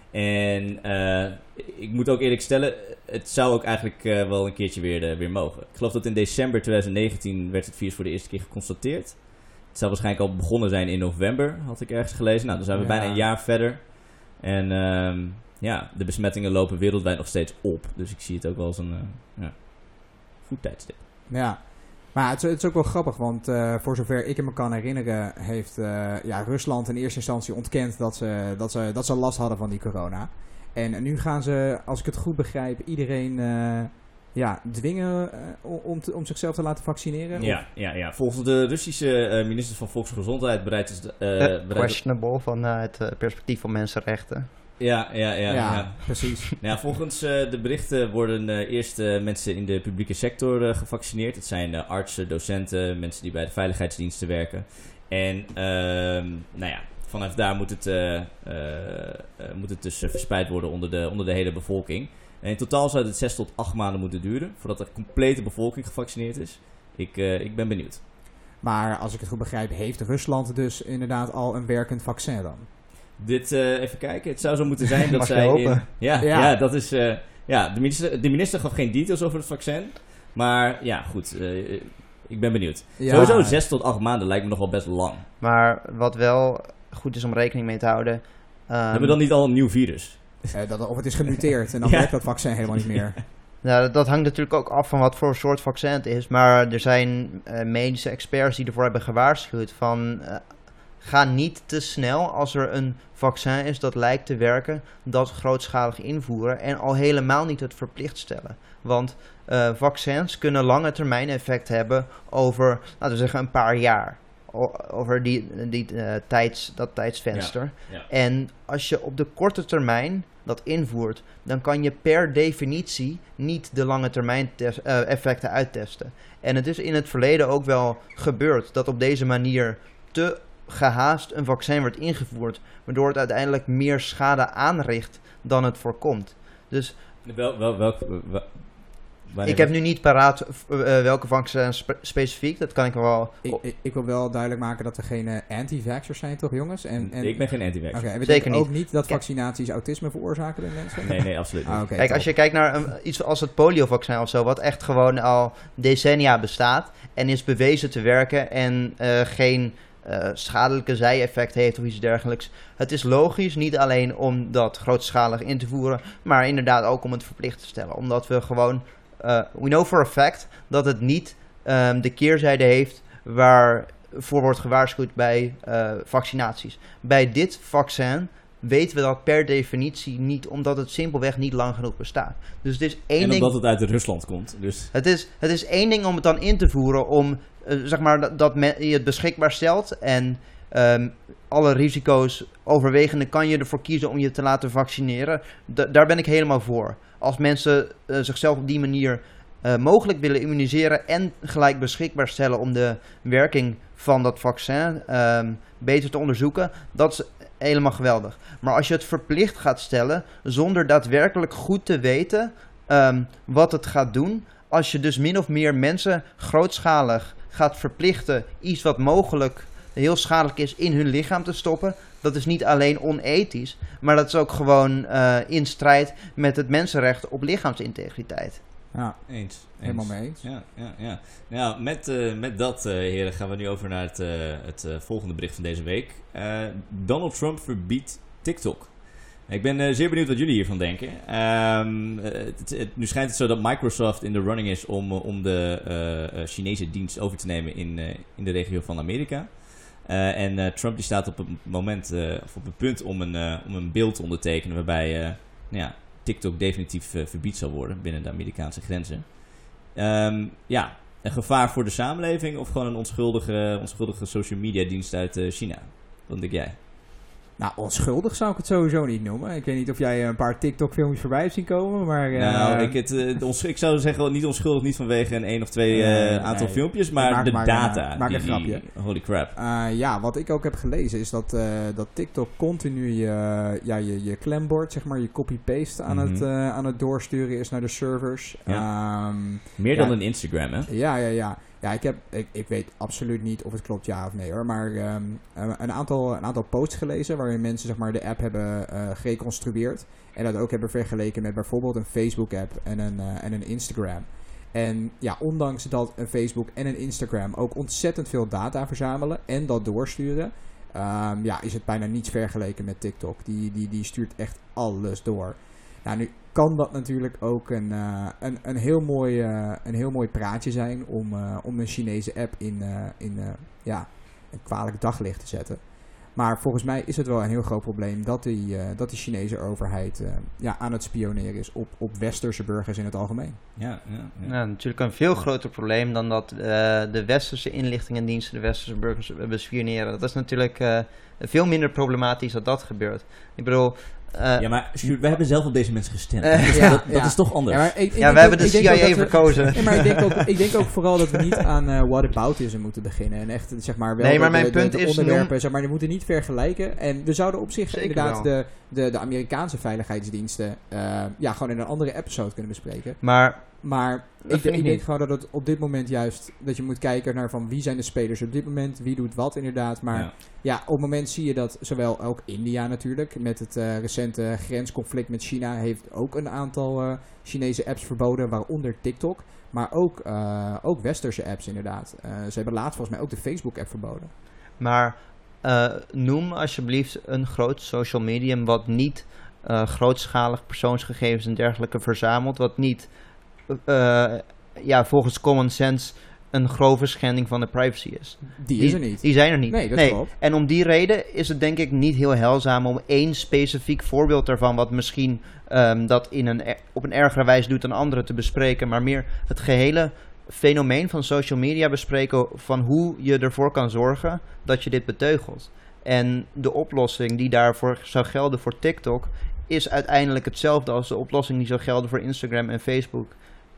En uh, ik moet ook eerlijk stellen, het zou ook eigenlijk uh, wel een keertje weer, uh, weer mogen. Ik geloof dat in december twintig negentien werd het virus voor de eerste keer geconstateerd. Het zou waarschijnlijk al begonnen zijn in november, had ik ergens gelezen. Nou, dan zijn we Ja. bijna een jaar verder. En um, ja, de besmettingen lopen wereldwijd nog steeds op. Dus ik zie het ook wel als een uh, ja, goed tijdstip. Ja, maar het is, het is ook wel grappig, want uh, voor zover ik me kan herinneren, heeft uh, ja, Rusland in eerste instantie ontkend dat ze, dat, ze, dat ze last hadden van die corona. En nu gaan ze, als ik het goed begrijp, iedereen uh, ja, dwingen uh, om, te, om zichzelf te laten vaccineren. Ja, ja, ja. Volgens de Russische uh, minister van Volksgezondheid bereidt is... Uh, uh, bereidt questionable vanuit het uh, perspectief van mensenrechten. Ja, ja, ja, ja, ja. precies. Ja, volgens uh, de berichten worden uh, eerst uh, mensen in de publieke sector uh, gevaccineerd. Het zijn uh, artsen, docenten, mensen die bij de veiligheidsdiensten werken. En uh, nou ja, vanaf daar moet het, uh, uh, uh, moet het dus uh, verspreid worden onder de, onder de hele bevolking. En in totaal zou het zes tot acht maanden moeten duren voordat de complete bevolking gevaccineerd is. Ik, uh, ik ben benieuwd. Maar als ik het goed begrijp, heeft Rusland dus inderdaad al een werkend vaccin dan? Dit, uh, even kijken, het zou zo moeten zijn dat Mag zij... je In, ja, ja. Ja. ja, dat is... Uh, ja, de minister, de minister gaf geen details over het vaccin. Maar ja, goed, uh, ik ben benieuwd. Ja. Sowieso zes tot acht maanden lijkt me nog wel best lang. Maar wat wel goed is om rekening mee te houden... Um, Hebben we dan niet al een nieuw virus? Uh, dat, of het is gemuteerd en dan Ja. werkt dat vaccin helemaal niet meer. Nou, dat hangt natuurlijk ook af van wat voor soort vaccin het is. Maar er zijn uh, medische experts die ervoor hebben gewaarschuwd van... Uh, ga niet te snel als er een vaccin is dat lijkt te werken, dat grootschalig invoeren en al helemaal niet het verplicht stellen. Want uh, vaccins kunnen lange termijn effect hebben over, laten we zeggen, een paar jaar. O- over die, die, uh, tijds, dat tijdsvenster. Ja, ja. En als je op de korte termijn dat invoert, dan kan je per definitie niet de lange termijn tes- uh, effecten uittesten. En het is in het verleden ook wel gebeurd dat op deze manier te gehaast een vaccin wordt ingevoerd, waardoor het uiteindelijk meer schade aanricht dan het voorkomt. Dus Wel, wel, welk, wel, ik heb nu niet paraat uh, welke vaccin spe- specifiek, dat kan ik wel... Ik, ik, ik wil wel duidelijk maken dat er geen uh, anti-vaxxers zijn, toch jongens? En, en, Ik ben geen anti-vaxxer. Oké, en we Zeker denken ook niet. niet dat Kijk. vaccinaties autisme veroorzaken bij mensen? Nee, nee, absoluut niet. Ah, okay, Kijk, top. als je kijkt naar een, iets als het poliovaccin of zo, wat echt gewoon al decennia bestaat en is bewezen te werken en uh, geen uh, schadelijke zijeffect heeft of iets dergelijks. Het is logisch, niet alleen om dat grootschalig in te voeren, maar inderdaad ook om het verplicht te stellen. Omdat we gewoon, uh, we know for a fact dat het niet um, de keerzijde heeft waarvoor wordt gewaarschuwd bij uh, vaccinaties. Bij dit vaccin weten we dat per definitie niet, omdat het simpelweg niet lang genoeg bestaat. Dus het is één En ding. omdat het uit Rusland komt. Dus. Het is, het is één ding om het dan in te voeren, om uh, zeg maar dat, dat men, je het beschikbaar stelt en um, alle risico's overwegende kan je ervoor kiezen om je te laten vaccineren. D- daar ben ik helemaal voor. Als mensen uh, zichzelf op die manier uh, mogelijk willen immuniseren en gelijk beschikbaar stellen om de werking van dat vaccin um, beter te onderzoeken, dat is helemaal geweldig. Maar als je het verplicht gaat stellen zonder daadwerkelijk goed te weten um, wat het gaat doen, als je dus min of meer mensen grootschalig gaat verplichten iets wat mogelijk heel schadelijk is in hun lichaam te stoppen, dat is niet alleen onethisch, maar dat is ook gewoon uh, in strijd met het mensenrecht op lichaamsintegriteit. Ja, Eens. eens. helemaal mee eens. Ja, ja, ja. Nou, met, uh, met dat, uh, heren, gaan we nu over naar het, uh, het uh, volgende bericht van deze week. Uh, Donald Trump verbiedt TikTok. Ik ben uh, zeer benieuwd wat jullie hiervan denken. Um, het, het, nu schijnt het zo dat Microsoft in de running is om, om de uh, uh, Chinese dienst over te nemen in, uh, in de regio van Amerika. Uh, en uh, Trump die staat op het moment, uh, of op het punt om een, uh, om een bill te ondertekenen waarbij uh, nou ja, TikTok definitief uh, verbied zal worden binnen de Amerikaanse grenzen. Um, ja, een gevaar voor de samenleving of gewoon een onschuldige, onschuldige social media dienst uit uh, China? Wat denk jij? Nou, onschuldig zou ik het sowieso niet noemen. Ik weet niet of jij een paar TikTok-filmpjes voorbij hebt zien komen, maar... Uh, nou, ik, het, uh, ons, ik zou zeggen niet onschuldig, niet vanwege een één of twee uh, nee, aantal nee. filmpjes, maar Maak de maar, data. uh, maak die, een grapje. Die, holy crap. Uh, ja, wat ik ook heb gelezen is dat, uh, dat TikTok continu je, ja, je, je klembord, zeg maar, je copy-paste aan, Mm-hmm. het, uh, aan het doorsturen is naar de servers. Ja. Um, Meer ja, dan een Instagram, hè? Ja, ja, ja. Ja, ik, heb, ik, ik weet absoluut niet of het klopt ja of nee hoor. Maar um, een, aantal, een aantal posts gelezen waarin mensen zeg maar, de app hebben uh, gereconstrueerd. En dat ook hebben vergeleken met bijvoorbeeld een Facebook app en een, uh, en een Instagram. En ja, ondanks dat een Facebook en een Instagram ook ontzettend veel data verzamelen en dat doorsturen, um, ja, is het bijna niets vergeleken met TikTok. Die, die, die stuurt echt alles door. Nou, nu kan dat natuurlijk ook een, uh, een, een, heel mooi, uh, een heel mooi praatje zijn om, uh, om een Chinese app in, uh, in uh, ja, een kwalijk daglicht te zetten. Maar volgens mij is het wel een heel groot probleem dat die, uh, dat die Chinese overheid uh, ja, aan het spioneren is op, op westerse burgers in het algemeen. Ja, ja, ja. Nou, natuurlijk een veel groter probleem dan dat uh, de westerse inlichtingendiensten de westerse burgers bespioneren. Dat is natuurlijk uh, veel minder problematisch dat dat gebeurt. Ik bedoel... Uh, ja, maar Sjoerd, wij hebben zelf op deze mensen gestemd. Uh, dus ja, dat, dat ja. is toch anders. Ja, maar ik, ik ja we hebben de C I A verkozen. Ja, maar ik denk, ook, ik denk ook vooral dat we niet aan uh, whataboutism moeten beginnen. En echt, zeg maar, wel nee, maar de, mijn de, punt de, de is onderwerpen, noem... zeg maar, die moeten niet vergelijken. En we zouden op zich Zeker inderdaad wel. de, de, de Amerikaanse veiligheidsdiensten uh, ja, gewoon in een andere episode kunnen bespreken. Maar... Maar ik, ik denk gewoon dat het op dit moment juist, dat je moet kijken naar van wie zijn de spelers op dit moment, wie doet wat inderdaad. Maar ja, ja op het moment zie je dat zowel ook India natuurlijk, met het uh, recente grensconflict met China, heeft ook een aantal uh, Chinese apps verboden, waaronder TikTok. Maar ook, uh, ook westerse apps inderdaad. Uh, ze hebben laatst volgens mij ook de Facebook app verboden. Maar uh, noem alsjeblieft een groot social medium wat niet uh, grootschalig persoonsgegevens en dergelijke verzamelt, wat niet... Uh, ja, volgens common sense een grove schending van de privacy is. Die is er niet. Die zijn er niet. Nee, dat nee. klopt. En om die reden is het denk ik niet heel heilzaam om één specifiek voorbeeld daarvan, wat misschien um, dat in een, op een ergere wijze doet dan anderen, te bespreken, maar meer het gehele fenomeen van social media bespreken, van hoe je ervoor kan zorgen dat je dit beteugelt. En de oplossing die daarvoor zou gelden voor TikTok is uiteindelijk hetzelfde als de oplossing die zou gelden voor Instagram en Facebook.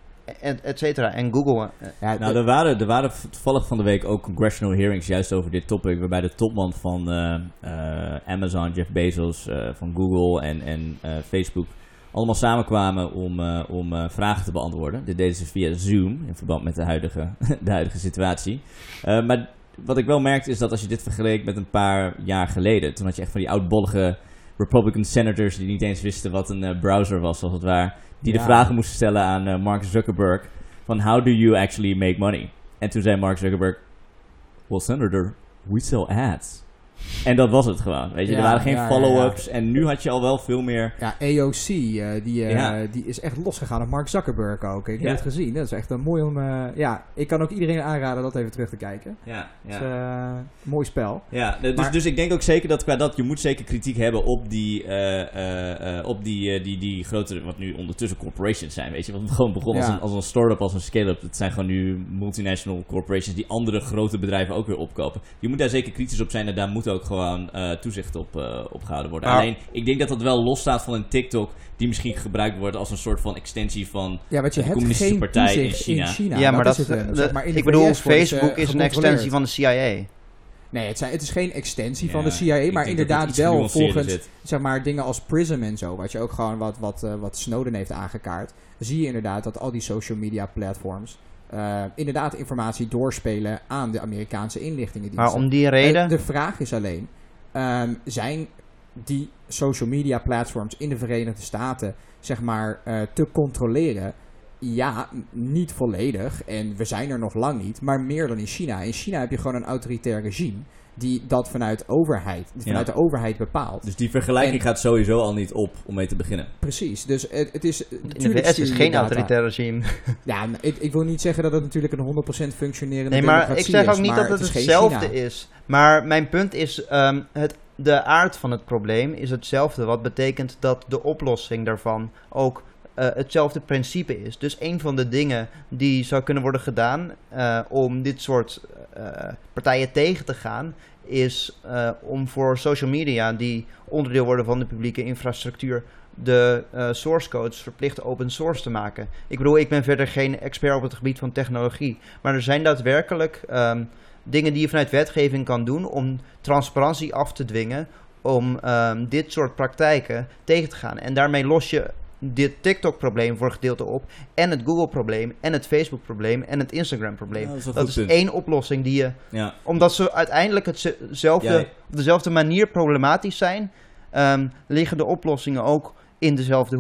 Et, et cetera. En Google. Ja, nou, er waren, er waren toevallig van de week ook congressional hearings juist over dit topic, waarbij de topman van uh, uh, Amazon, Jeff Bezos, uh, van Google en, en uh, Facebook allemaal samenkwamen om, uh, om uh, vragen te beantwoorden. Dit deden ze via Zoom, in verband met de huidige, de huidige situatie. Uh, maar wat ik wel merkte is dat als je dit vergeleek met een paar jaar geleden, toen had je echt van die oudbollige Republican senators die niet eens wisten wat een uh, browser was, zoals het ware, die ja. de vragen moesten stellen aan uh, Mark Zuckerberg van how do you actually make money? En toen zei Mark Zuckerberg, well senator, we sell ads. En dat was het gewoon, weet je. Ja, er waren geen ja, follow-ups ja, ja. En nu had je al wel veel meer... Ja, A O C, uh, die, uh, ja. die is echt losgegaan op Mark Zuckerberg ook. Ik ja. heb het gezien, dat is echt een mooi om... Uh, ja, ik kan ook iedereen aanraden dat even terug te kijken. Ja, ja. Het is uh, een mooi spel. Ja, dus, maar, dus ik denk ook zeker dat qua dat, je moet zeker kritiek hebben op die, uh, uh, uh, op die, uh, die, die grote, wat nu ondertussen corporations zijn, weet je. Wat gewoon begonnen ja. als, een, als een start-up, als een scale-up. Het zijn gewoon nu multinational corporations die andere grote bedrijven ook weer opkopen. Je moet daar zeker kritisch op zijn en daar moet ook gewoon... Uh, toezicht op, uh, op gehouden worden. Maar, Alleen, ik denk dat dat wel losstaat van een TikTok die misschien gebruikt wordt als een soort van extensie van ja, want je de communistische hebt partij geen in China. in China. Ja, maar dat, dat is het. De, zeg maar in ik de bedoel, V S Facebook is een extensie van de C I A. Nee, het, zijn, het is geen extensie ja, van de C I A, maar inderdaad wel volgens zit. zeg maar dingen als Prism en zo, wat je ook gewoon wat, wat, uh, wat Snowden heeft aangekaart, zie je inderdaad dat al die social media platforms Uh, inderdaad informatie doorspelen aan de Amerikaanse inlichtingendiensten. Maar om die reden... En de vraag is alleen, um, zijn die social media platforms in de Verenigde Staten zeg maar uh, te controleren? Ja, niet volledig. En we zijn er nog lang niet, maar meer dan in China. In China heb je gewoon een autoritair regime die dat vanuit, overheid, vanuit ja. de overheid bepaalt. Dus die vergelijking en, gaat sowieso al niet op om mee te beginnen. Precies. Dus het, het is... In de V S is geen autoritair regime. Ja, ik, ik wil niet zeggen dat het natuurlijk een honderd procent functionerende nee, maar democratie is. Ik zeg ook niet dat het, het is hetzelfde is. Maar mijn punt is, um, het, de aard van het probleem is hetzelfde. Wat betekent dat de oplossing daarvan ook uh, hetzelfde principe is. Dus een van de dingen die zou kunnen worden gedaan uh, om dit soort uh, partijen tegen te gaan, is uh, om voor social media die onderdeel worden van de publieke infrastructuur de uh, source codes verplicht open source te maken. Ik bedoel, ik ben verder geen expert op het gebied van technologie, maar er zijn daadwerkelijk um, dingen die je vanuit wetgeving kan doen om transparantie af te dwingen, om um, dit soort praktijken tegen te gaan. En daarmee los je dit TikTok-probleem voor een gedeelte op, en het Google-probleem, en het Facebook-probleem, en het Instagram-probleem. Ja, dat is, dat is één oplossing die je... Ja. Omdat ze uiteindelijk hetzelfde, ja, op dezelfde manier problematisch zijn, um, liggen de oplossingen ook in dezelfde hoek.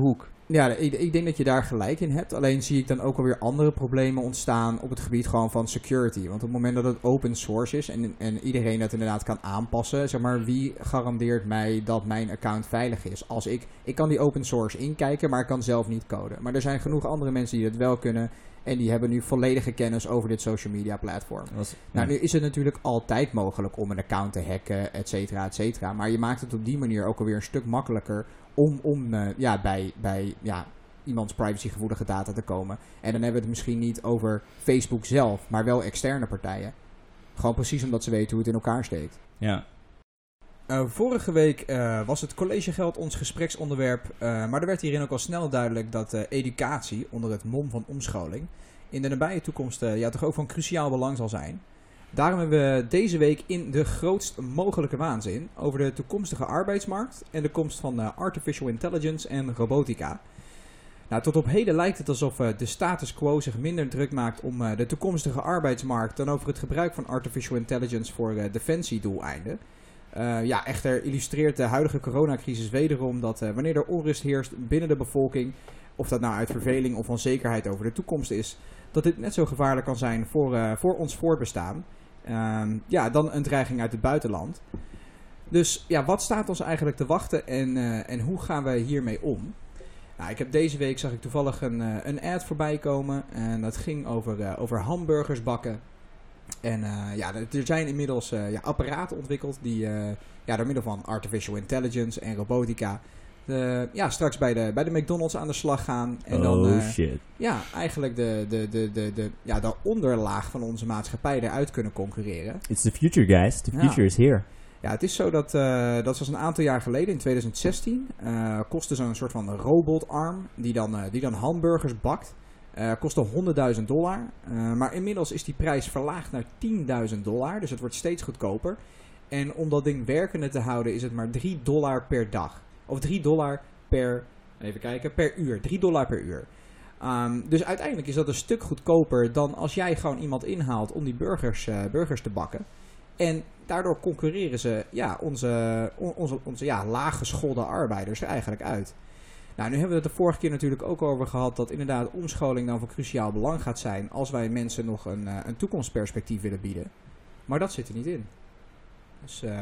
Ja, ik, ik denk dat je daar gelijk in hebt. Alleen zie ik dan ook alweer andere problemen ontstaan op het gebied gewoon van security. Want op het moment dat het open source is en, en iedereen dat inderdaad kan aanpassen, zeg maar, wie garandeert mij dat mijn account veilig is? Als ik, ik kan die open source inkijken, maar ik kan zelf niet coden. Maar er zijn genoeg andere mensen die dat wel kunnen en die hebben nu volledige kennis over dit social media platform. Was, Nou, ja. nu is het natuurlijk altijd mogelijk om een account te hacken, et cetera, et cetera. Maar je maakt het op die manier ook alweer een stuk makkelijker om, om uh, ja, bij, bij ja, iemands privacygevoelige data te komen. En dan hebben we het misschien niet over Facebook zelf, maar wel externe partijen. Gewoon precies omdat ze weten hoe het in elkaar steekt. Ja. Uh, vorige week uh, was het collegegeld ons gespreksonderwerp, uh, maar er werd hierin ook al snel duidelijk dat uh, educatie onder het mom van omscholing in de nabije toekomst uh, ja, toch ook van cruciaal belang zal zijn. Daarom hebben we deze week in de grootst mogelijke waanzin over de toekomstige arbeidsmarkt en de komst van uh, artificial intelligence en robotica. Nou, tot op heden lijkt het alsof uh, de status quo zich minder druk maakt om uh, de toekomstige arbeidsmarkt dan over het gebruik van artificial intelligence voor uh, defensiedoeleinden. Uh, ja, echter illustreert de huidige coronacrisis wederom dat uh, wanneer er onrust heerst binnen de bevolking, of dat nou uit verveling of onzekerheid over de toekomst is, dat dit net zo gevaarlijk kan zijn voor, uh, voor ons voortbestaan uh, ja, dan een dreiging uit het buitenland. Dus ja, wat staat ons eigenlijk te wachten en, uh, en hoe gaan we hiermee om? Nou, ik heb deze week zag ik toevallig een, uh, een ad voorbij komen en dat ging over, uh, over hamburgers bakken. En uh, ja, er zijn inmiddels uh, ja, apparaten ontwikkeld die uh, ja, door middel van artificial intelligence en robotica de, ja, straks bij de, bij de McDonald's aan de slag gaan. En oh dan uh, shit. ja, eigenlijk de, de, de, de, de, ja, de onderlaag van onze maatschappij eruit kunnen concurreren. It's the future, guys. The future Ja. is here. Ja, het is zo dat, uh, dat was een aantal jaar geleden, in twintig zestien, uh, kostte zo'n soort van robotarm die dan, uh, die dan hamburgers bakt. Uh, kostte honderdduizend dollar. Uh, maar inmiddels is die prijs verlaagd naar tienduizend dollar. Dus het wordt steeds goedkoper. En om dat ding werkende te houden is het maar drie dollar per dag. Of drie dollar per, even kijken, per uur. drie dollar per uur. Um, dus uiteindelijk is dat een stuk goedkoper dan als jij gewoon iemand inhaalt om die burgers, uh, burgers te bakken. En daardoor concurreren ze ja, onze, onze, onze ja, laaggeschoolde arbeiders er eigenlijk uit. Nou, nu hebben we het de vorige keer natuurlijk ook over gehad dat inderdaad omscholing dan van cruciaal belang gaat zijn als wij mensen nog een, uh, een toekomstperspectief willen bieden. Maar dat zit er niet in. Dus uh,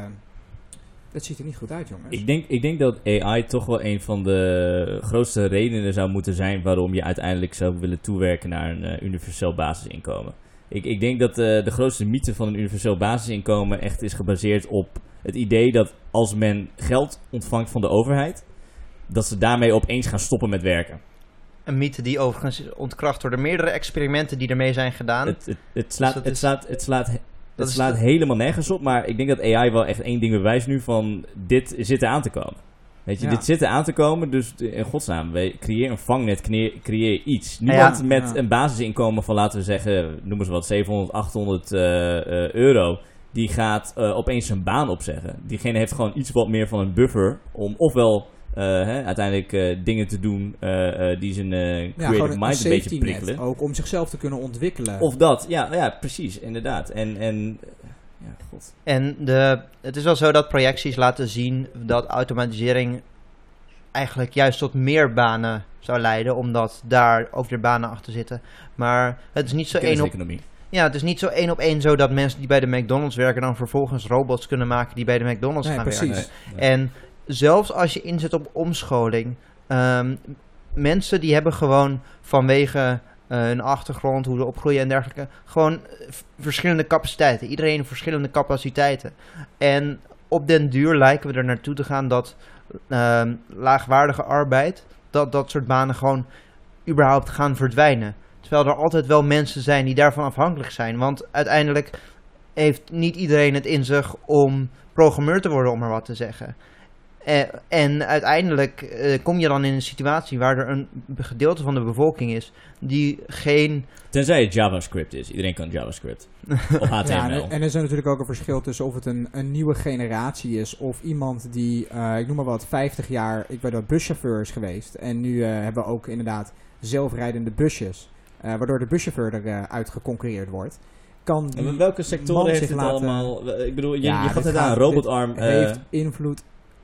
dat ziet er niet goed uit, jongens. Ik denk, ik denk dat A I toch wel een van de grootste redenen zou moeten zijn waarom je uiteindelijk zou willen toewerken naar een uh, universeel basisinkomen. Ik, ik denk dat uh, de grootste mythe van een universeel basisinkomen echt is gebaseerd op het idee dat als men geld ontvangt van de overheid, dat ze daarmee opeens gaan stoppen met werken. Een mythe die overigens is ontkracht door de meerdere experimenten die ermee zijn gedaan. Het, het, het slaat, Dus dat het is- slaat, het slaat, het dat is slaat de- helemaal nergens op, maar ik denk dat A I wel echt één ding bewijst nu van dit zit er aan te komen. Weet je, Ja. dit zit er aan te komen, dus in godsnaam, we- creëer een vangnet, creëer, creëer iets. Niemand Ja. met Ja. een basisinkomen van, laten we zeggen, noem eens wat, zevenhonderd, achthonderd uh, uh, euro, die gaat uh, opeens zijn baan opzeggen. Diegene heeft gewoon iets wat meer van een buffer om ofwel uh, hè, uiteindelijk uh, dingen te doen uh, uh, die zijn uh, ja, creative gewoon mind een een beetje safety prikkelen. net, ook om zichzelf te kunnen ontwikkelen. Of dat, ja, ja, precies, inderdaad. En, en uh, ja, god. En de, het is wel zo dat projecties laten zien dat automatisering eigenlijk juist tot meer banen zou leiden, omdat daar ook weer banen achter zitten. Maar het is niet zo één op, Kenniseconomie. ja, het is niet zo één op één zo dat mensen die bij de McDonald's werken dan vervolgens robots kunnen maken die bij de McDonald's Nee, gaan precies. werken. Nee. En zelfs als je inzet op omscholing, um, mensen die hebben gewoon vanwege uh, hun achtergrond, hoe ze opgroeien en dergelijke, gewoon uh, v- verschillende capaciteiten. Iedereen verschillende capaciteiten. En op den duur lijken we er naartoe te gaan dat um, laagwaardige arbeid, dat dat soort banen gewoon überhaupt gaan verdwijnen. Terwijl er altijd wel mensen zijn die daarvan afhankelijk zijn. Want uiteindelijk heeft niet iedereen het in zich om programmeur te worden, om maar wat te zeggen. Eh, en uiteindelijk eh, kom je dan in een situatie waar er een gedeelte van de bevolking is die geen... Tenzij het JavaScript is. Iedereen kan JavaScript. Of H T M L. Ja, en, en er is er natuurlijk ook een verschil tussen of het een, een nieuwe generatie is of iemand die, uh, ik noem maar wat, vijftig jaar, ik ben dat buschauffeur is geweest. En nu uh, hebben we ook inderdaad zelfrijdende busjes, uh, waardoor de buschauffeur eruit uh, geconcurreerd wordt. Kan En welke sectoren man heeft zich het laten- allemaal? Ik bedoel, je, Ja, je gaat dit het aan, gaat- een robotarm. dit eh, heeft invloed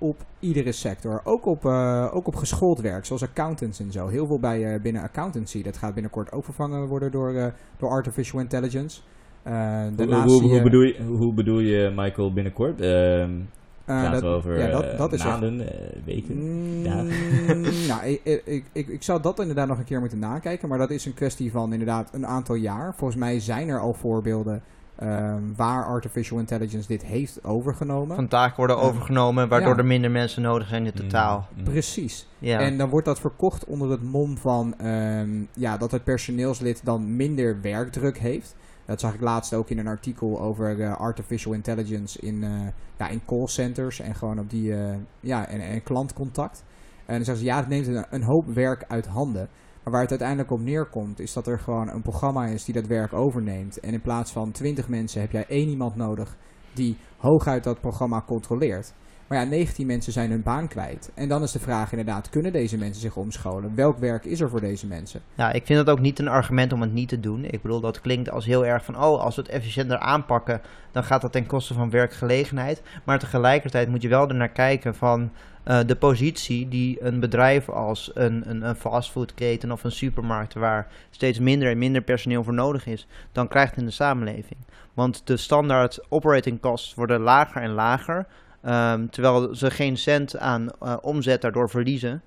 op iedere sector. Ook op, uh, ook op geschoold werk, zoals accountants en zo. Heel veel bij uh, binnen accountancy. Dat gaat binnenkort ook vervangen worden door, uh, door artificial intelligence. Uh, hoe, hoe, hoe, bedoel je, hoe bedoel je, Michael, binnenkort? Uh, Uh, Gaat dat, over ja, dat, dat is maanden, echt, uh, weken? Mm, Ja. nou, ik, ik, ik, ik zou dat inderdaad nog een keer moeten nakijken. Maar dat is een kwestie van inderdaad een aantal jaar. Volgens mij zijn er al voorbeelden um, waar artificial intelligence dit heeft overgenomen. Van taken worden Um, overgenomen, waardoor ja. er minder mensen nodig zijn in totaal. Mm, mm. Precies. Ja. En dan wordt dat verkocht onder het mom van um, ja, dat het personeelslid dan minder werkdruk heeft. Dat zag ik laatst ook in een artikel over uh, artificial intelligence in, uh, ja, in callcenters en gewoon op die uh, ja, en, en klantcontact. En dan zeggen ze ja, het neemt een, een hoop werk uit handen. Maar waar het uiteindelijk op neerkomt, is dat er gewoon een programma is die dat werk overneemt. En in plaats van twintig mensen heb jij één iemand nodig die hooguit dat programma controleert. Maar ja, negentien mensen zijn hun baan kwijt. En dan is de vraag inderdaad, kunnen deze mensen zich omscholen? Welk werk is er voor deze mensen? Ja, ik vind het ook niet een argument om het niet te doen. Ik bedoel, dat klinkt als heel erg van, oh, als we het efficiënter aanpakken, dan gaat dat ten koste van werkgelegenheid. Maar tegelijkertijd moet je wel ernaar kijken van uh, de positie die een bedrijf als een, een, een fastfoodketen of een supermarkt, waar steeds minder en minder personeel voor nodig is, dan krijgt in de samenleving. Want de standaard operating costs worden lager en lager. Um, terwijl ze geen cent aan uh, omzet daardoor verliezen.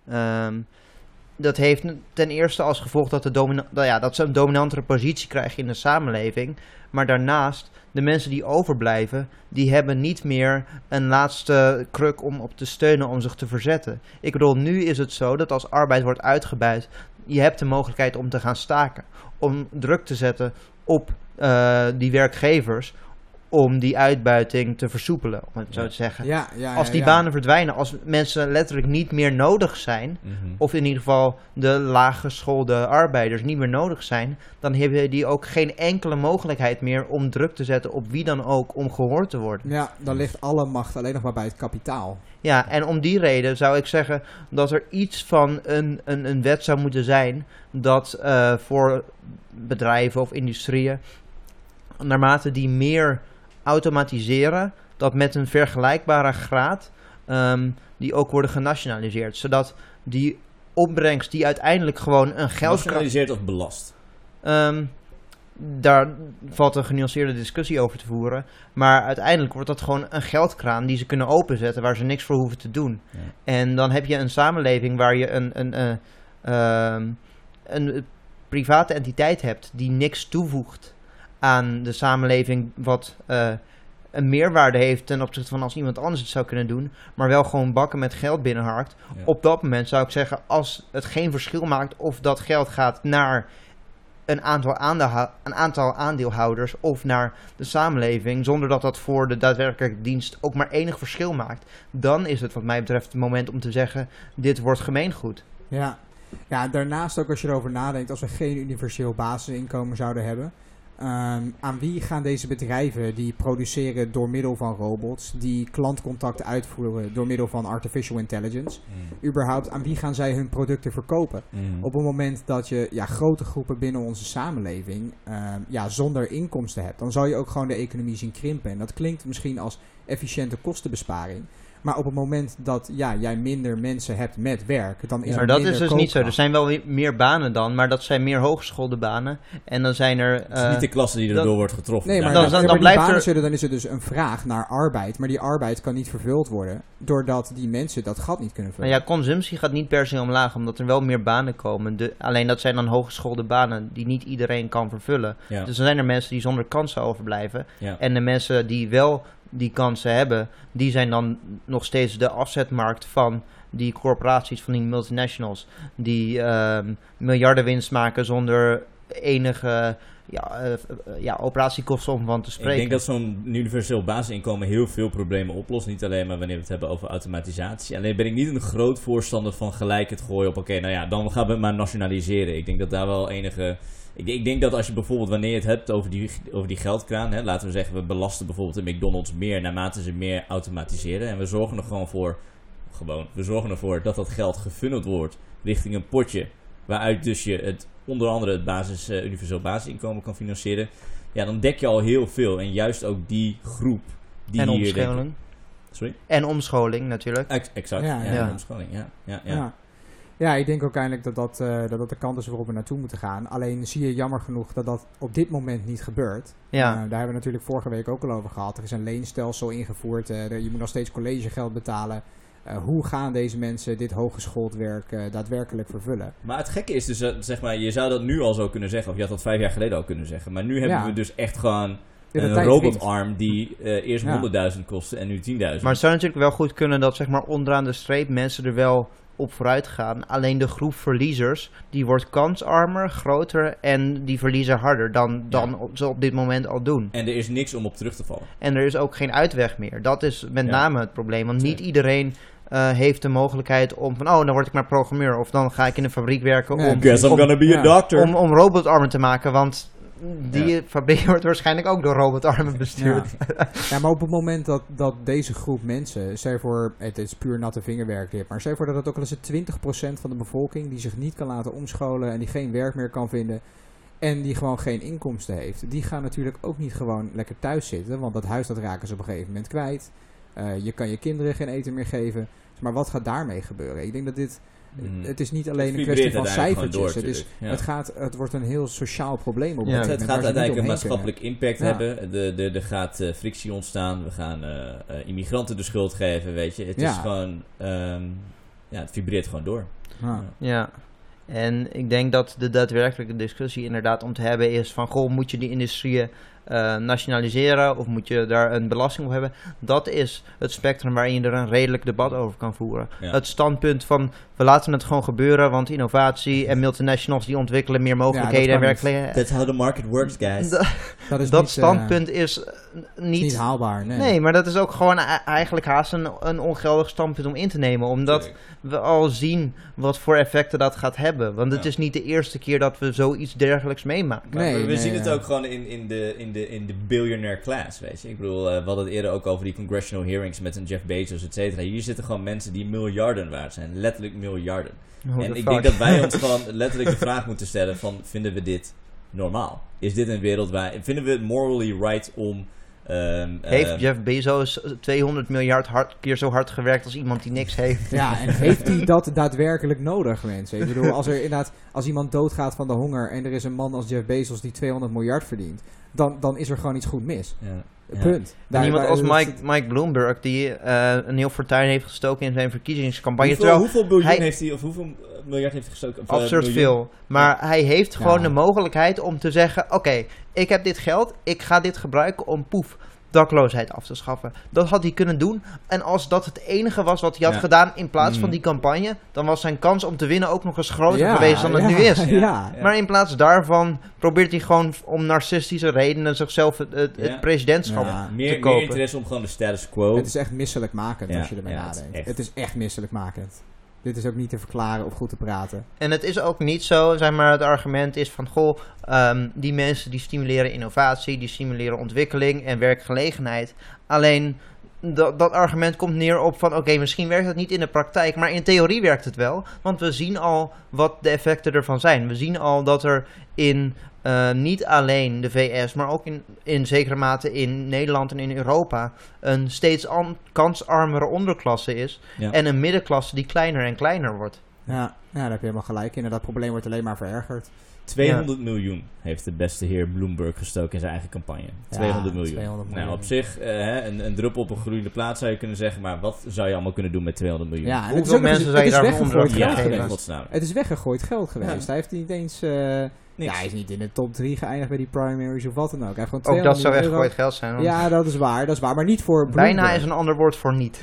Um, dat heeft ten eerste als gevolg dat, de domina- nou ja, dat ze een dominantere positie krijgen in de samenleving. Maar daarnaast, de mensen die overblijven, die hebben niet meer een laatste kruk om op te steunen om zich te verzetten. Ik bedoel, nu is het zo dat als arbeid wordt uitgebuit, je hebt de mogelijkheid om te gaan staken. Om druk te zetten op uh, die werkgevers, om die uitbuiting te versoepelen, om het zo te zeggen. Ja, ja, als die ja, ja. banen verdwijnen, als mensen letterlijk niet meer nodig zijn, Mm-hmm. of in ieder geval de laaggeschoolde arbeiders niet meer nodig zijn, dan hebben die ook geen enkele mogelijkheid meer om druk te zetten op wie dan ook om gehoord te worden. Ja, dan ligt alle macht alleen nog maar bij het kapitaal. Ja, en om die reden zou ik zeggen dat er iets van een, een, een wet zou moeten zijn dat uh, voor bedrijven of industrieën, naarmate die meer automatiseren, dat met een vergelijkbare graad um, die ook worden genationaliseerd. Zodat die opbrengst die uiteindelijk gewoon een geld... Nationaliseerd of belast? Um, daar valt een genuanceerde discussie over te voeren. Maar uiteindelijk wordt dat gewoon een geldkraan die ze kunnen openzetten, waar ze niks voor hoeven te doen. Ja. En dan heb je een samenleving waar je een, een, een, um, een private entiteit hebt die niks toevoegt aan de samenleving, wat uh, een meerwaarde heeft ten opzichte van als iemand anders het zou kunnen doen, maar wel gewoon bakken met geld binnenharkt. Ja. Op dat moment zou ik zeggen, als het geen verschil maakt of dat geld gaat naar een aantal, aandeel, een aantal aandeelhouders of naar de samenleving, zonder dat dat voor de daadwerkelijke dienst ook maar enig verschil maakt, dan is het wat mij betreft het moment om te zeggen, dit wordt gemeengoed. Ja. Ja, daarnaast ook als je erover nadenkt, als we geen universeel basisinkomen zouden hebben, Um, aan wie gaan deze bedrijven die produceren door middel van robots, die klantcontact uitvoeren door middel van artificial intelligence, Mm. überhaupt, aan wie gaan zij hun producten verkopen? Mm. Op het moment dat je ja, grote groepen binnen onze samenleving um, ja, zonder inkomsten hebt, dan zal je ook gewoon de economie zien krimpen. En dat klinkt misschien als efficiënte kostenbesparing. Maar op het moment dat ja, jij minder mensen hebt met werk, dan is Ja, er maar dat minder is dus niet zo. Er koopkracht. zijn wel weer meer banen dan, maar dat zijn meer hogeschoolde banen. En dan zijn er... Het is uh, niet de klasse die erdoor dan- wordt getroffen. Nee, maar Ja, dan- dan, dan dan, blijft banen er- zullen, dan is er dus een vraag naar arbeid. Maar die arbeid kan niet vervuld worden doordat die mensen dat gat niet kunnen vullen. Nou ja, consumptie gaat niet per se omlaag, omdat er wel meer banen komen. De, alleen dat zijn dan hogeschoolde banen die niet iedereen kan vervullen. ja. Dus dan zijn er mensen die zonder kansen overblijven. ja. En de mensen die wel die kansen hebben, die zijn dan nog steeds de afzetmarkt van die corporaties, van die multinationals, die um, miljarden winst maken zonder enige ja, uh, uh, ja, operatiekosten om van te spreken. Ik denk dat zo'n universeel basisinkomen heel veel problemen oplost. Niet alleen maar wanneer we het hebben over automatisatie. Alleen ben ik niet een groot voorstander van gelijk het gooien op, oké, okay, nou ja, dan gaan we het maar nationaliseren. Ik denk dat daar wel enige... Ik, ik denk dat als je bijvoorbeeld, wanneer je het hebt over die, over die geldkraan, hè, laten we zeggen, we belasten bijvoorbeeld de McDonald's meer naarmate ze meer automatiseren. En we zorgen er gewoon voor, gewoon, we zorgen ervoor dat dat geld gefunneld wordt richting een potje, waaruit dus je het, onder andere het basis, uh, universeel basisinkomen kan financieren. Ja, dan dek je al heel veel. En juist ook die groep die en hier... omscholing. denk ik- Sorry? En omscholing natuurlijk. Ex- exact. Ja, Ja, ja. omscholing. Ja, ja, ja. Ja. Ja, ik denk ook eindelijk dat dat, uh, dat dat de kant is waarop we naartoe moeten gaan. Alleen zie je jammer genoeg dat dat op dit moment niet gebeurt. Ja. Uh, daar hebben we natuurlijk vorige week ook al over gehad. Er is een leenstelsel ingevoerd. Uh, er, je moet nog steeds collegegeld betalen. Uh, hoe gaan deze mensen dit hooggeschoold werk uh, daadwerkelijk vervullen? Maar het gekke is dus, uh, zeg maar, je zou dat nu al zo kunnen zeggen. Of je had dat vijf jaar geleden al kunnen zeggen. Maar nu hebben Ja. we dus echt gewoon Ja, de een tijd robotarm die uh, eerst Ja. honderdduizend kostte en nu tienduizend. Maar het zou natuurlijk wel goed kunnen dat zeg maar onderaan de streep mensen er wel op vooruit gaan. Alleen de groep verliezers, die wordt kansarmer, groter en die verliezen harder dan, dan Ja. ze op dit moment al doen. En er is niks om op terug te vallen. En er is ook geen uitweg meer. Dat is met Ja. name het probleem. Want niet Zeker. iedereen uh, heeft de mogelijkheid om van, oh, dan word ik maar programmeur. Of dan ga ik in een fabriek werken Nee, om, Guess I'm om, gonna be ja. a doctor. om, om robotarmen te maken. Want die Ja. fabriek wordt waarschijnlijk ook door robotarmen bestuurd. Ja. Ja, maar op het moment dat, dat deze groep mensen, stel je voor, het is puur natte vingerwerk dit, maar stel je voor dat het ook al eens een twintig procent van de bevolking die zich niet kan laten omscholen en die geen werk meer kan vinden en die gewoon geen inkomsten heeft, die gaan natuurlijk ook niet gewoon lekker thuis zitten, want dat huis dat raken ze op een gegeven moment kwijt. Uh, je kan je kinderen geen eten meer geven. Maar wat gaat daarmee gebeuren? Ik denk dat dit... Mm. Het is niet alleen Het een kwestie van vibreert uiteindelijk cijfertjes. gewoon Het, is, door, het, gaat, het wordt een heel sociaal probleem op een Ja. gegeven Het moment, gaat waar ze niet uiteindelijk een omheen maatschappelijk impact Ja. hebben. De, de, er gaat uh, frictie ontstaan. We gaan uh, uh, immigranten de schuld geven, weet je. Het Ja. is gewoon... Um, ja, het vibreert gewoon door. kunnen. Ja. Ja, en ik denk dat de daadwerkelijke discussie inderdaad om te hebben is van, goh, moet je die industrieën uh, nationaliseren of moet je daar een belasting op hebben? Dat is het spectrum waarin je er een redelijk debat over kan voeren. Ja. Het standpunt van, we laten het gewoon gebeuren, want innovatie en multinationals die ontwikkelen meer mogelijkheden kan en niet. werkgelegenheid. That's how the market works, guys. Da- Dat is dat niet, standpunt uh, is uh, is niet... niet haalbaar. Nee. Nee, maar dat is ook gewoon e- eigenlijk haast een, een ongeldig standpunt om in te nemen. Omdat we al zien wat voor effecten dat gaat hebben. Want het Ja. is niet de eerste keer dat we zoiets dergelijks meemaken. Maar Nee, we we nee, zien het ja. ook gewoon in, in, de, in, de, in de billionaire class, weet je. Ik bedoel, uh, we hadden het eerder ook over die congressional hearings met een Jeff Bezos, et cetera. Hier zitten gewoon mensen die miljarden waard zijn. Letterlijk miljarden. Who en the ik fuck? denk dat wij ons gewoon letterlijk de vraag moeten stellen van, vinden we dit normaal? Is dit een wereld waar... Vinden we het morally right om... Um, Heeft um, Jeff Bezos tweehonderd miljard hard, keer zo hard gewerkt als iemand die niks heeft? Ja, en heeft hij dat daadwerkelijk nodig, mensen? Ik bedoel, als er inderdaad, als iemand doodgaat van de honger en er is een man als Jeff Bezos die tweehonderd miljard verdient, dan, dan is er gewoon iets goed mis. ja. Ja. Punt. En Daar- iemand daar- als dat- Mike, Mike Bloomberg, die uh, een heel fortuin heeft gestoken in zijn verkiezingscampagne. Hoeveel, Terwijl hoeveel biljoen hij- heeft hij, of hoeveel miljard heeft hij gestoken? Of, uh, absurd miljoen? veel. Maar hij heeft gewoon Ja. de mogelijkheid om te zeggen, oké, ik heb dit geld, ik ga dit gebruiken om poef, dakloosheid af te schaffen. Dat had hij kunnen doen. En als dat het enige was wat hij had Ja. gedaan in plaats van Mm. die campagne, dan was zijn kans om te winnen ook nog eens groter Ja, geweest dan het ja, nu is. Ja, Ja. Maar in plaats daarvan probeert hij gewoon om narcistische redenen zichzelf het, het, het Ja. presidentschap Ja. te Meer, meer kopen. interesse om gewoon de status quo. Het is echt misselijkmakend Ja, als je ermee ja, het is nadenkt. echt. Het is echt misselijkmakend. Dit is ook niet te verklaren of goed te praten. En het is ook niet zo, zeg maar, het argument is van, goh, um, die mensen die stimuleren innovatie, die stimuleren ontwikkeling en werkgelegenheid. Alleen, dat, dat argument komt neer op van, oké, okay, misschien werkt het niet in de praktijk, maar in theorie werkt het wel. Want we zien al wat de effecten ervan zijn. We zien al dat er in uh, niet alleen de V S, maar ook in, in zekere mate in Nederland en in Europa een steeds an- kansarmere onderklasse is. Ja. En een middenklasse die kleiner en kleiner wordt. Ja, ja, daar heb je helemaal gelijk in. En dat probleem wordt alleen maar verergerd. tweehonderd miljoen heeft de beste heer Bloomberg gestoken in zijn eigen campagne. tweehonderd miljoen. tweehonderd miljoen. Nou, op zich uh, hè, een, een druppel op een groeiende plaat zou je kunnen zeggen, maar wat zou je allemaal kunnen doen met tweehonderd miljoen? Ja, en het is Hoeveel ook nog mensen eens- zou je het is daarvoor weggegooid onder geld Ja, in geweest. godsnaam. Het is weggegooid geld geweest. Ja. Hij heeft niet eens... Uh, Niks. ja, hij is niet in de top drie geëindigd bij die primaries of wat dan ook. Hij heeft gewoon Ook dat tweehonderd zou miljoen weggegooid euro. geld zijn. want Ja, dat is waar. Dat is waar. Maar niet voor Bloomberg. bijna is een ander woord voor niet.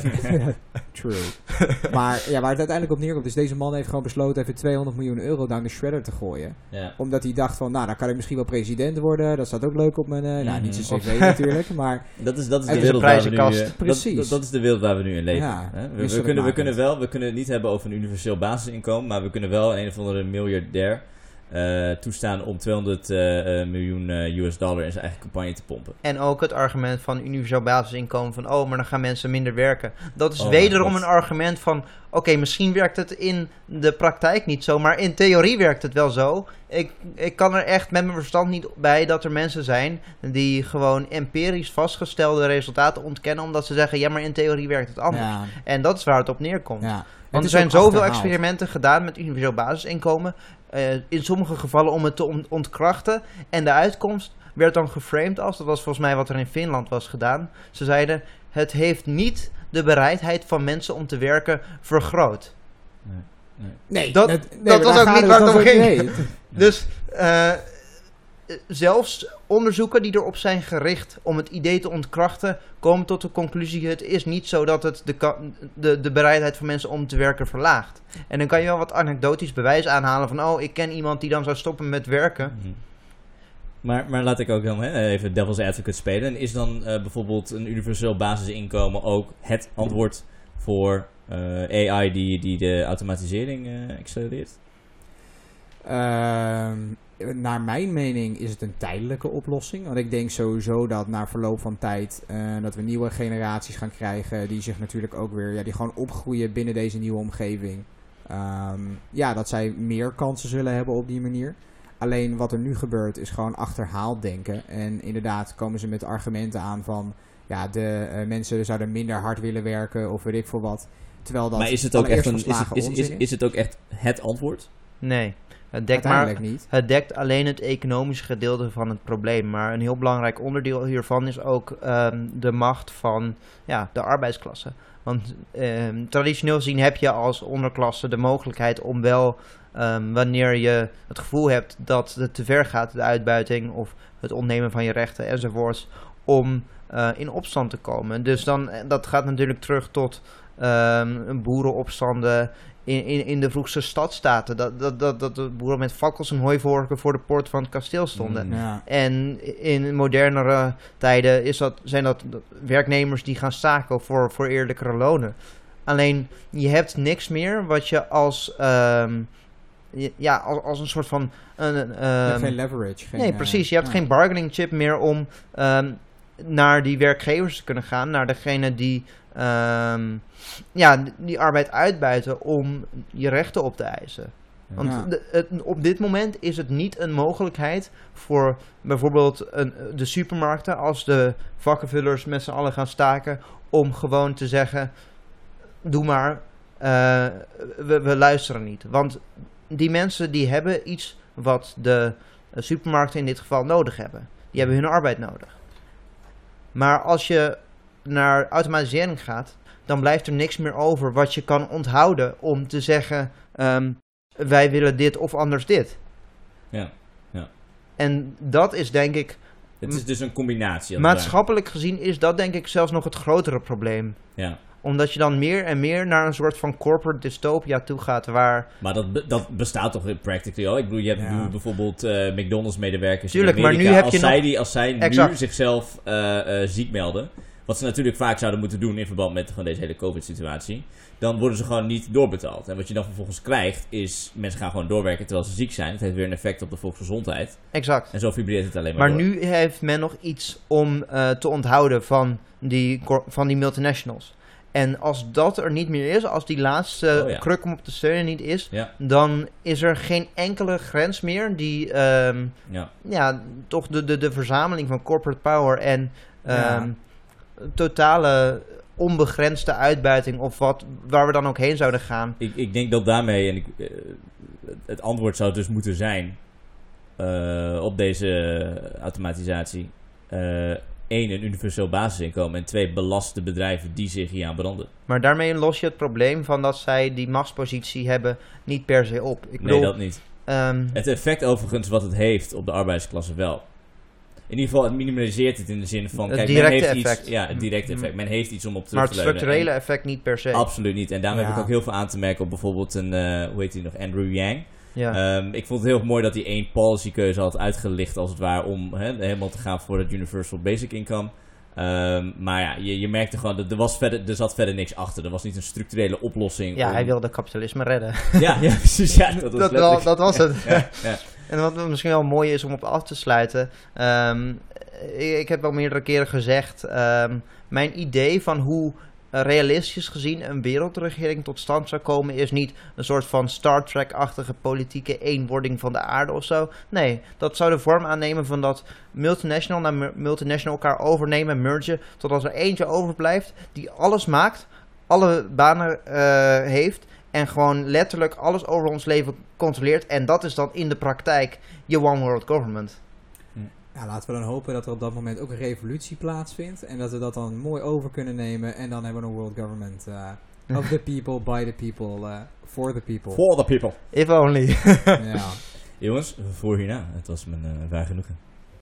True. Maar ja, waar het uiteindelijk op neerkomt is deze man heeft gewoon besloten even tweehonderd miljoen euro down de shredder te gooien. Ja. Omdat hij dacht van, nou, dan kan ik misschien wel president worden. Dat staat ook leuk op mijn... Uh, nou, Mhm. niet zijn cv natuurlijk, maar... Dat is, dat is Het de is wereld een waar we nu... prijzenkast. eh, dat- Precies. Dat, dat is de wereld waar we nu in leven. Ja, hè? We, we, misselijk kunnen, we makend. kunnen wel, we kunnen het niet hebben over een universeel basisinkomen, maar we kunnen wel een of andere miljardair uh, toestaan om tweehonderd uh, miljoen uh, U S dollar in zijn eigen campagne te pompen. En ook het argument van universeel basisinkomen van, oh, maar dan gaan mensen minder werken. Dat is oh, wederom een argument van, oké, okay, misschien werkt het in de praktijk niet zo, maar in theorie werkt het wel zo. Ik, ik kan er echt met mijn verstand niet bij dat er mensen zijn die gewoon empirisch vastgestelde resultaten ontkennen, omdat ze zeggen, ja, maar in theorie werkt het anders. Ja. En dat is waar het op neerkomt. Ja. Want er zijn zoveel achterhaald. experimenten gedaan met universeel basisinkomen, uh, in sommige gevallen om het te on- ontkrachten. En de uitkomst werd dan geframed als, dat was volgens mij wat er in Finland was gedaan. Ze zeiden, het heeft niet de bereidheid van mensen om te werken vergroot. Nee, nee. nee dat, het, nee, dat was ook niet waar het over ging. Nee. Dus uh, zelfs onderzoeken die erop zijn gericht om het idee te ontkrachten, komen tot de conclusie, het is niet zo dat het de, de, de bereidheid van mensen om te werken verlaagt. En dan kan je wel wat anekdotisch bewijs aanhalen van, oh, ik ken iemand die dan zou stoppen met werken. Mm-hmm. Maar, maar laat ik ook dan hè, even devil's advocate spelen. En is dan uh, bijvoorbeeld een universeel basisinkomen ook het antwoord voor uh, A I die, die de automatisering uh, accelereert? Uh, naar mijn mening is het een tijdelijke oplossing. Want ik denk sowieso dat na verloop van tijd uh, dat we nieuwe generaties gaan krijgen die zich natuurlijk ook weer, ja, die gewoon opgroeien binnen deze nieuwe omgeving. Um, ja, dat zij meer kansen zullen hebben op die manier. Alleen wat er nu gebeurt is gewoon achterhaald denken. En inderdaad komen ze met argumenten aan van, ja, de uh, mensen zouden minder hard willen werken of weet ik veel wat. Terwijl dat maar is het ook echt een, is, het, is, is, is, is het ook echt het antwoord? Nee. Het dekt, maar, niet. het dekt alleen het economische gedeelte van het probleem. Maar een heel belangrijk onderdeel hiervan is ook um, de macht van ja, de arbeidsklasse. Want um, traditioneel gezien heb je als onderklasse de mogelijkheid om wel, um, wanneer je het gevoel hebt dat het te ver gaat, de uitbuiting of het ontnemen van je rechten enzovoorts, om uh, in opstand te komen. Dus dan, dat gaat natuurlijk terug tot um, boerenopstanden In, in, in de vroegste stadstaten, dat, dat, dat, dat de boeren met fakkels en hooivorken voor de poort van het kasteel stonden. Mm, ja. En in modernere tijden is dat, zijn dat werknemers die gaan staken voor, voor eerlijkere lonen. Alleen, je hebt niks meer wat je als, um, ja, als, als een soort van... Um, je hebt geen leverage. Geen, nee, precies. Je hebt uh, geen bargaining chip meer om um, naar die werkgevers te kunnen gaan, naar degene die... Um, ja, die arbeid uitbuiten om je rechten op te eisen. Want ja. de, het, op dit moment is het niet een mogelijkheid voor bijvoorbeeld een, de supermarkten, als de vakkenvullers met z'n allen gaan staken, om gewoon te zeggen, doe maar, uh, we, we luisteren niet. Want die mensen die hebben iets wat de supermarkten in dit geval nodig hebben. Die hebben hun arbeid nodig. Maar als je naar automatisering gaat, dan blijft er niks meer over wat je kan onthouden om te zeggen, um, wij willen dit of anders dit. Ja, ja. En dat is denk ik... Het is dus een combinatie. Maatschappelijk gezien is dat denk ik zelfs nog het grotere probleem. Ja. Omdat je dan meer en meer naar een soort van corporate dystopia toe gaat waar... Maar dat, be- dat bestaat toch practically al? Ik bedoel, je hebt ja. bijvoorbeeld uh, McDonald's-medewerkers Tuurlijk, in Amerika. Maar nu heb als, je zij nog... die, als zij exact. nu zichzelf uh, uh, ziek melden, wat ze natuurlijk vaak zouden moeten doen in verband met gewoon deze hele COVID-situatie, dan worden ze gewoon niet doorbetaald. En wat je dan vervolgens krijgt, is mensen gaan gewoon doorwerken terwijl ze ziek zijn. Het heeft weer een effect op de volksgezondheid. Exact. En zo vibreert het alleen maar Maar door. nu heeft men nog iets om uh, te onthouden van die, van die multinationals. En als dat er niet meer is, als die laatste oh, ja. kruk om op te steunen niet is, ja. dan is er geen enkele grens meer die um, ja. ja, toch de, de, de verzameling van corporate power en um, ja. totale onbegrensde uitbuiting of wat, waar we dan ook heen zouden gaan. Ik, ik denk dat daarmee, en ik, uh, het antwoord zou dus moeten zijn uh, op deze automatisatie, uh, één, een universeel basisinkomen en twee, belast de bedrijven die zich hier aan branden. Maar daarmee los je het probleem van dat zij die machtspositie hebben niet per se op. Ik bedoel, nee, dat niet. Um, het effect overigens wat het heeft op de arbeidsklasse wel. In ieder geval, het minimaliseert het in de zin van... Het kijk, directe men heeft effect. Iets, ja, het directe effect. Men heeft iets om op terug maar te het leunen. structurele En, effect niet per se. Absoluut niet. En daarom ja. heb ik ook heel veel aan te merken op bijvoorbeeld een... Uh, hoe heet hij nog? Andrew Yang. Ja. Um, ik vond het heel mooi dat hij één policykeuze had uitgelicht als het ware om he, helemaal te gaan voor het universal basic income. Um, maar ja, je, je merkte gewoon, dat er, was verder, er zat verder niks achter. Er was niet een structurele oplossing. Ja, om... hij wilde kapitalisme redden. Ja, ja precies. Ja, dat, was dat, wel, dat was het. Ja, ja. En wat misschien wel mooi is om op af te sluiten. Um, ik, ik heb wel meerdere keren gezegd. Um, mijn idee van hoe uh, realistisch gezien een wereldregering tot stand zou komen, is niet een soort van Star Trek-achtige politieke eenwording van de aarde of zo. Nee, dat zou de vorm aannemen van dat multinational naar multinational elkaar overnemen, mergen, totdat er eentje overblijft die alles maakt, alle banen uh, heeft en gewoon letterlijk alles over ons leven controleert. En dat is dan in de praktijk je one world government. Ja, laten we dan hopen dat er op dat moment ook een revolutie plaatsvindt. En dat we dat dan mooi over kunnen nemen. En dan hebben we een world government uh, of the people, by the people, uh, for the people. For the people. If only. Ja. Jongens, voor hierna. Het was mijn uh, waar genoegen.